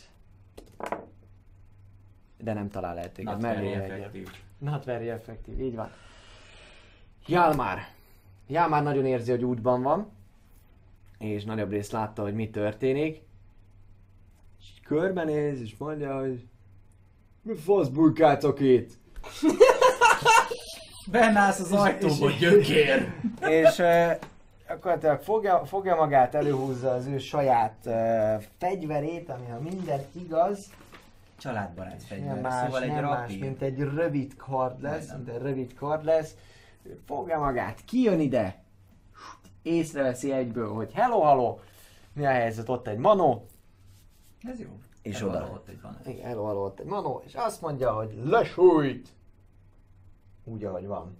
S1: de nem talál el téged,
S6: Not
S1: mellé
S6: very
S1: egyet.
S6: effective.
S1: Not very effective, így van. Jalmar. Jalmar nagyon érzi, hogy útban van, és nagyobb részt látta, hogy mi történik. És így körbenéz, és mondja, hogy mi fasz bujkáltok itt?
S6: Bennállsz az ajtóba, gyökér!
S1: És uh, gyakorlatilag fogja, fogja magát, előhúzza az ő saját uh, fegyverét, ami ha minden igaz,
S6: Családbarát
S1: nem
S6: fegyver,
S1: más,
S6: szóval egy
S1: nem más,
S6: rapír.
S1: mint egy rövid kard lesz,
S6: Majdnem.
S1: mint egy rövid kard lesz. Ő fogja magát, kijön ide, észreveszi egyből, hogy hello, hello, mi a helyzet, ott egy manó,
S6: Ez jó.
S1: És
S6: Ez
S1: oda.
S6: valahol ott egy van.
S1: igen, hello, hello, ott egy manó, és azt mondja, hogy lesújt! Úgy, ahogy van.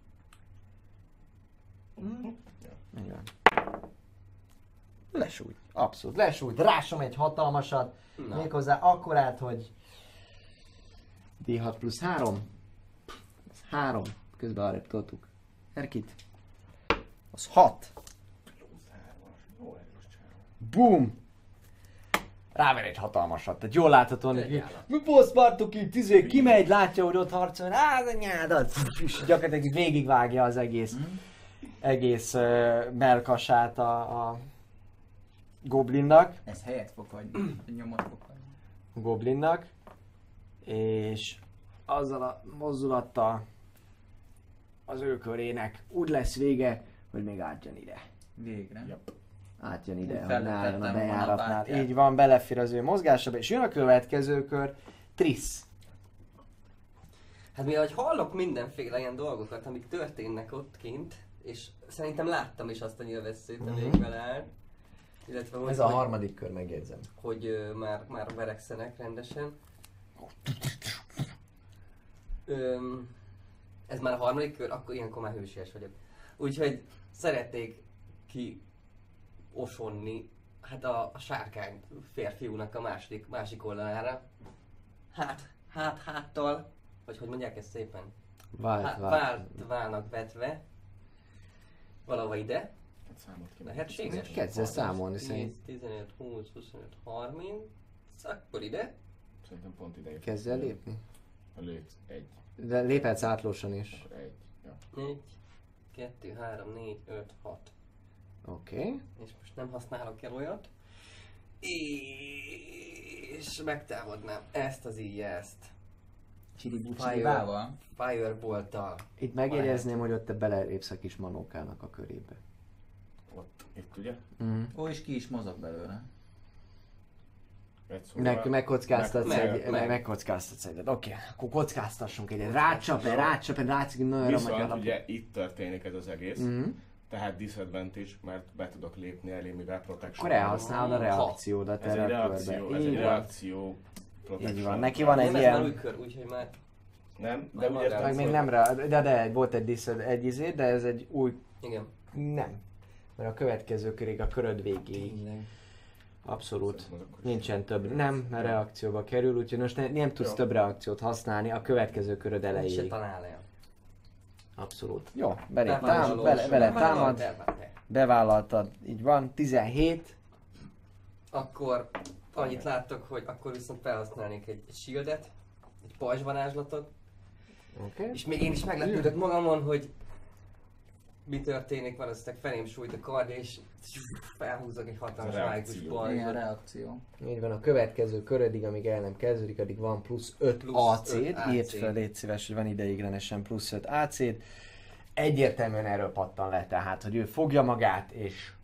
S1: Így van. Lesújt, abszolút, lesújt, rásom egy hatalmasat,
S3: Na.
S1: méghozzá akkorát, hogy dé hat plusz három. Ez három. Közben arrébb toltuk. Erkit. Az hat.
S4: Jó erős csávó.
S1: Boom! Ráver egy hatalmasat. Tehát jól láthatóan,
S3: Egy
S1: hogy
S3: állat.
S1: mi boss vártok itt, izé, kimegy, látja, hogy ott harcol, á, az anyádat! És gyakorlatilag így végigvágja az egész, egész uh, melkasát a, a goblinnak.
S6: Ez helyet fog hagyni. Nyomot fog hagyni.
S1: Goblinnak, és azzal a mozdulattal az ő körének úgy lesz vége, hogy még átjön ide.
S6: Végre.
S4: Yep.
S1: Átjön ide, hogy
S6: Feltettem
S1: ne álljon a
S6: volna a
S1: bejáratnál.
S6: bátyát.
S1: Így van, belefér az ő mozgásába, és jön a következő kör, Trisz.
S3: Hát mivel hogy hallok mindenféle ilyen dolgokat, amik történnek ott kint, és szerintem láttam is azt a nyilvesszőt, ami
S1: Mhm.
S3: még vele áll. Illetve hogy,
S1: Ez a
S3: hogy,
S1: harmadik kör, megjegyzem.
S3: hogy ö, már, már verekszenek rendesen. Öm, ez már a harmadik kör, akkor ilyenkor már hősies vagyok. Úgyhogy szeretnék ki osonni hát a, a sárkány férfiúnak a második, másik oldalára. Hát, hát, háttal, vagy hogy mondják ezt szépen?
S1: Vált,
S3: Hát,
S1: vált.
S3: vált, válnak vetve. Valahova ide.
S4: Hát számolt ki.
S3: Lehetséges?
S1: Kezdj el számolni
S3: tíz,
S1: szerint.
S3: tizenöt, húsz, huszonöt, harminc. Akkor ide.
S4: Szerintem pont ide.
S1: Kezdj el lépni.
S4: A lőtt egy.
S1: De léphetsz átlósan is.
S4: Akkor egy. Ja.
S3: Egy, kettő, három, négy, öt, hat.
S1: Oké. Okay.
S3: És most nem használok el olyat. És megtámadnám ezt az így ezt.
S6: Csiribucsiribával?
S3: Firebolt-tal.
S1: Itt megjegyezném, hogy ott te belelépsz a kis manókának a körébe.
S4: Ott, itt ugye?
S1: Mm.
S6: Ó, és ki is mozog belőle.
S4: Egy szóval
S1: Meg, megkockáztatsz
S3: Meg-
S1: egy,
S3: meg-
S1: meg, megkockáztatsz egyet. Oké, okay. Akkor kockáztassunk egyet. Rácsap le, rácsap le, látszik, hogy nagyon
S4: Viszont
S1: romadja a
S4: ugye itt történik ez az egész,
S1: Mhm.
S4: tehát disadvantage, mert be tudok lépni elé, mivel protection.
S1: Akkor elhasználod a reakciódat
S4: Ez egy
S1: erre a
S4: reakció,
S1: körbe.
S4: ez egy
S1: Így van.
S4: reakció protection.
S1: Így van. Neki van egy
S3: Nem, ez már új
S1: ilyen...
S3: kör, úgyhogy már...
S4: Nem, de
S3: Már
S4: úgy
S3: van
S4: értem,
S1: Meg még
S4: hogy-
S1: nem rá, de, de volt egy diszed, egy izé, de ez egy új...
S3: Igen.
S1: Nem. Mert a következő körig a köröd végéig.
S3: Tényleg.
S1: Abszolút.
S4: Akkor is.
S1: Nincsen több. Nem, mert reakcióba kerül, úgyhogy most ne, nem tudsz
S4: Jó.
S1: több reakciót használni a következő köröd
S3: Se
S1: elejéig.
S3: talál el.
S1: Abszolút. Jó, belé tám,
S3: Bevállalós.
S1: bele, bele
S3: Bevállal,
S1: támad,
S3: bevállal.
S1: bevállaltad, így van, tizenhét.
S3: Akkor annyit láttok, hogy akkor viszont felhasználnék egy, egy shieldet, egy pajzsvarázslatot,
S1: Oké.
S3: és még én is meglepődök magamon, hogy mi történik, valószínűleg felém sújt a kardja, és felhúzok egy hatalmas mágikus
S4: Reakció.
S6: Igen,
S3: pajzsot.
S6: reakció.
S1: Így van, a következő körödig, amíg el nem kezdődik, addig van plusz öt
S3: Plusz
S1: á cé-t.
S3: öt á cé.
S1: Írd fel, légy szíves, hogy van ideiglenesen plusz öt á cé-t. Egyértelműen erről pattan le, tehát, hogy ő fogja magát, és...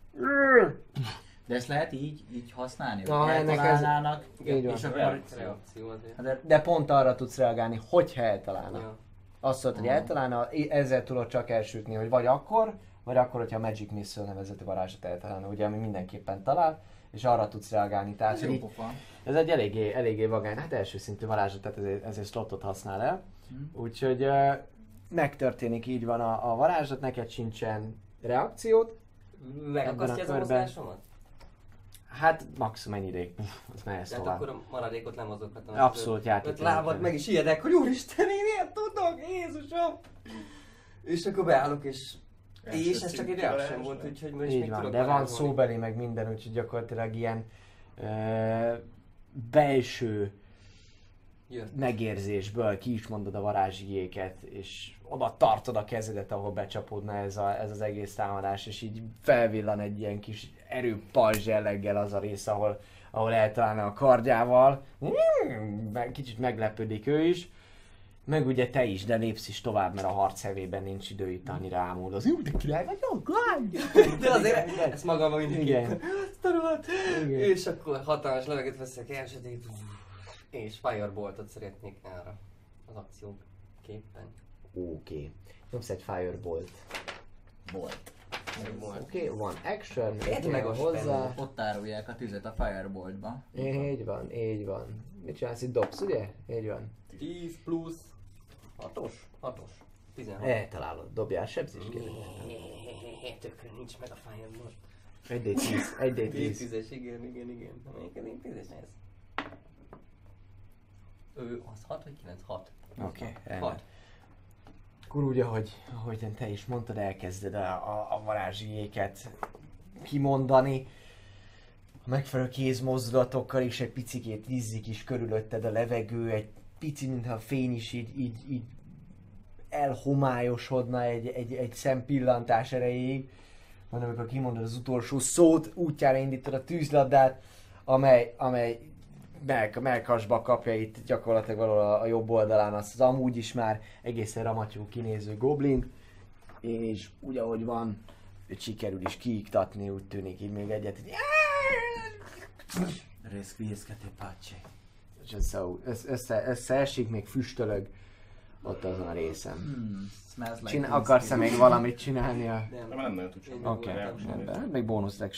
S6: De ezt lehet így, így használni?
S1: Na,
S6: hogy
S1: ennek ez-
S6: eltalálnának,
S1: így van.
S6: és akkor...
S3: Reakció azért.
S6: Hát de-
S1: De pont arra tudsz reagálni, hogyha eltalálna.
S3: Ja.
S1: Azt mondod, hogy
S6: Aha.
S1: eltalálna, ezzel tudod csak elsütni, hogy vagy akkor, vagy akkor, hogyha a Magic Missile nevezeti varázsot eltalálna, ugye, ami mindenképpen talál, és arra tudsz reagálni. Tehát,
S6: Ez
S1: hogy
S6: jó
S1: így,
S6: pofa.
S1: ez egy eléggé, eléggé vagány, hát első szintű varázslat, tehát ezért, ezért slotot használ el.
S6: Hm.
S1: Úgyhogy uh, megtörténik, így van a, a varázslat, neked sincsen reakciót.
S3: Megakasztja ez a
S1: körben.
S3: mozgásomat?
S1: Hát maximum ennyi ideig. Pff, az mehetsz
S3: Tehát
S1: tovább.
S3: akkor a maradékot lemozoghatom.
S1: Abszolút
S3: Öt
S1: játék.
S3: lábat meg is ijedek, hogy úristen, én ilyet tudok, Jézusom! És akkor beállok, és...
S4: Első
S3: És ez csak
S4: szintű
S3: egy reaction
S4: varázslat.
S3: volt, úgyhogy most
S1: Így
S3: még
S1: van,
S3: tudok
S1: de van
S3: varázsolni.
S1: szóbeli meg minden, úgyhogy gyakorlatilag ilyen ö, belső
S3: Jött.
S1: megérzésből ki is mondod a varázsigéket, és oda tartod a kezedet, ahol becsapódna ez, a, ez az egész támadás, és így felvillan egy ilyen kis erőpajzs jelleggel az a rész, ahol, ahol eltalálna a kardjával. Meg- Kicsit meglepődik ő is. Meg ugye te is, de lépsz is tovább, mert a harc hevében nincs idő itt annyira ámuldozni. Ú, de király vagyok, lány!
S3: De azért ezt magamban mindenképpen.
S1: Igen.
S3: Tanult.
S1: Igen.
S3: És akkor hatalmas levegőt veszek elsötét. És Fireboltot szeretnék erre az akcióképpen.
S1: Oké. Okay. Nyomsz egy Firebolt.
S3: Bolt.
S1: Oké, okay, van action,
S3: Egy
S1: meg
S3: megos
S1: hozzá.
S6: Ott árulják a tüzet a Fireboltba.
S1: Így van, így van. Mit csinálsz itt, dobsz, ugye? Így van.
S3: tíz plusz hatos? hatos. tizenhat.
S1: Eltalálod, dobjál sebzést kérlek.
S3: Tökre nincs meg a Firebolt.
S1: egy dé tíz, egy dé
S3: tíz
S1: tíz.
S3: tízes, igen, igen, igen. Amelyik ez én tízes ez? Ő az hat vagy kilenc? hat.
S1: Oké, rendben.
S3: hat.
S1: Akkor úgy, ahogy, ahogy te is mondtad, elkezded a, a, a varázsigéket kimondani. A megfelelő kézmozdulatokkal is egy picikét vízzik is körülötted a levegő, egy pici, mintha a fény is így, így, így elhomályosodna egy, egy, egy szempillantás erejéig. Majd amikor kimondod az utolsó szót, útjára indítod a tűzlabdát, amely, amely mell- mellkasba kapja itt gyakorlatilag valahol a, a jobb oldalán azt az amúgy is már egészen ramatyú kinéző goblin, és úgy ahogy van, őt sikerül is kiiktatni, úgy tűnik így még egyet, így,
S6: Respirskate pace.
S1: és össze, össze, össze, összeesik, még füstölög ott azon a részen.
S6: Hmm, smells like
S1: Csinál,
S6: teen
S1: akarsz-e
S6: spirit.
S1: még valamit csinálni? A...
S3: Nem.
S4: Nem, nem nagyon tud
S3: Én
S4: csinálni.
S1: Oké,
S3: meg
S1: okay,
S3: voltam.
S1: rendben. Hát még bónusz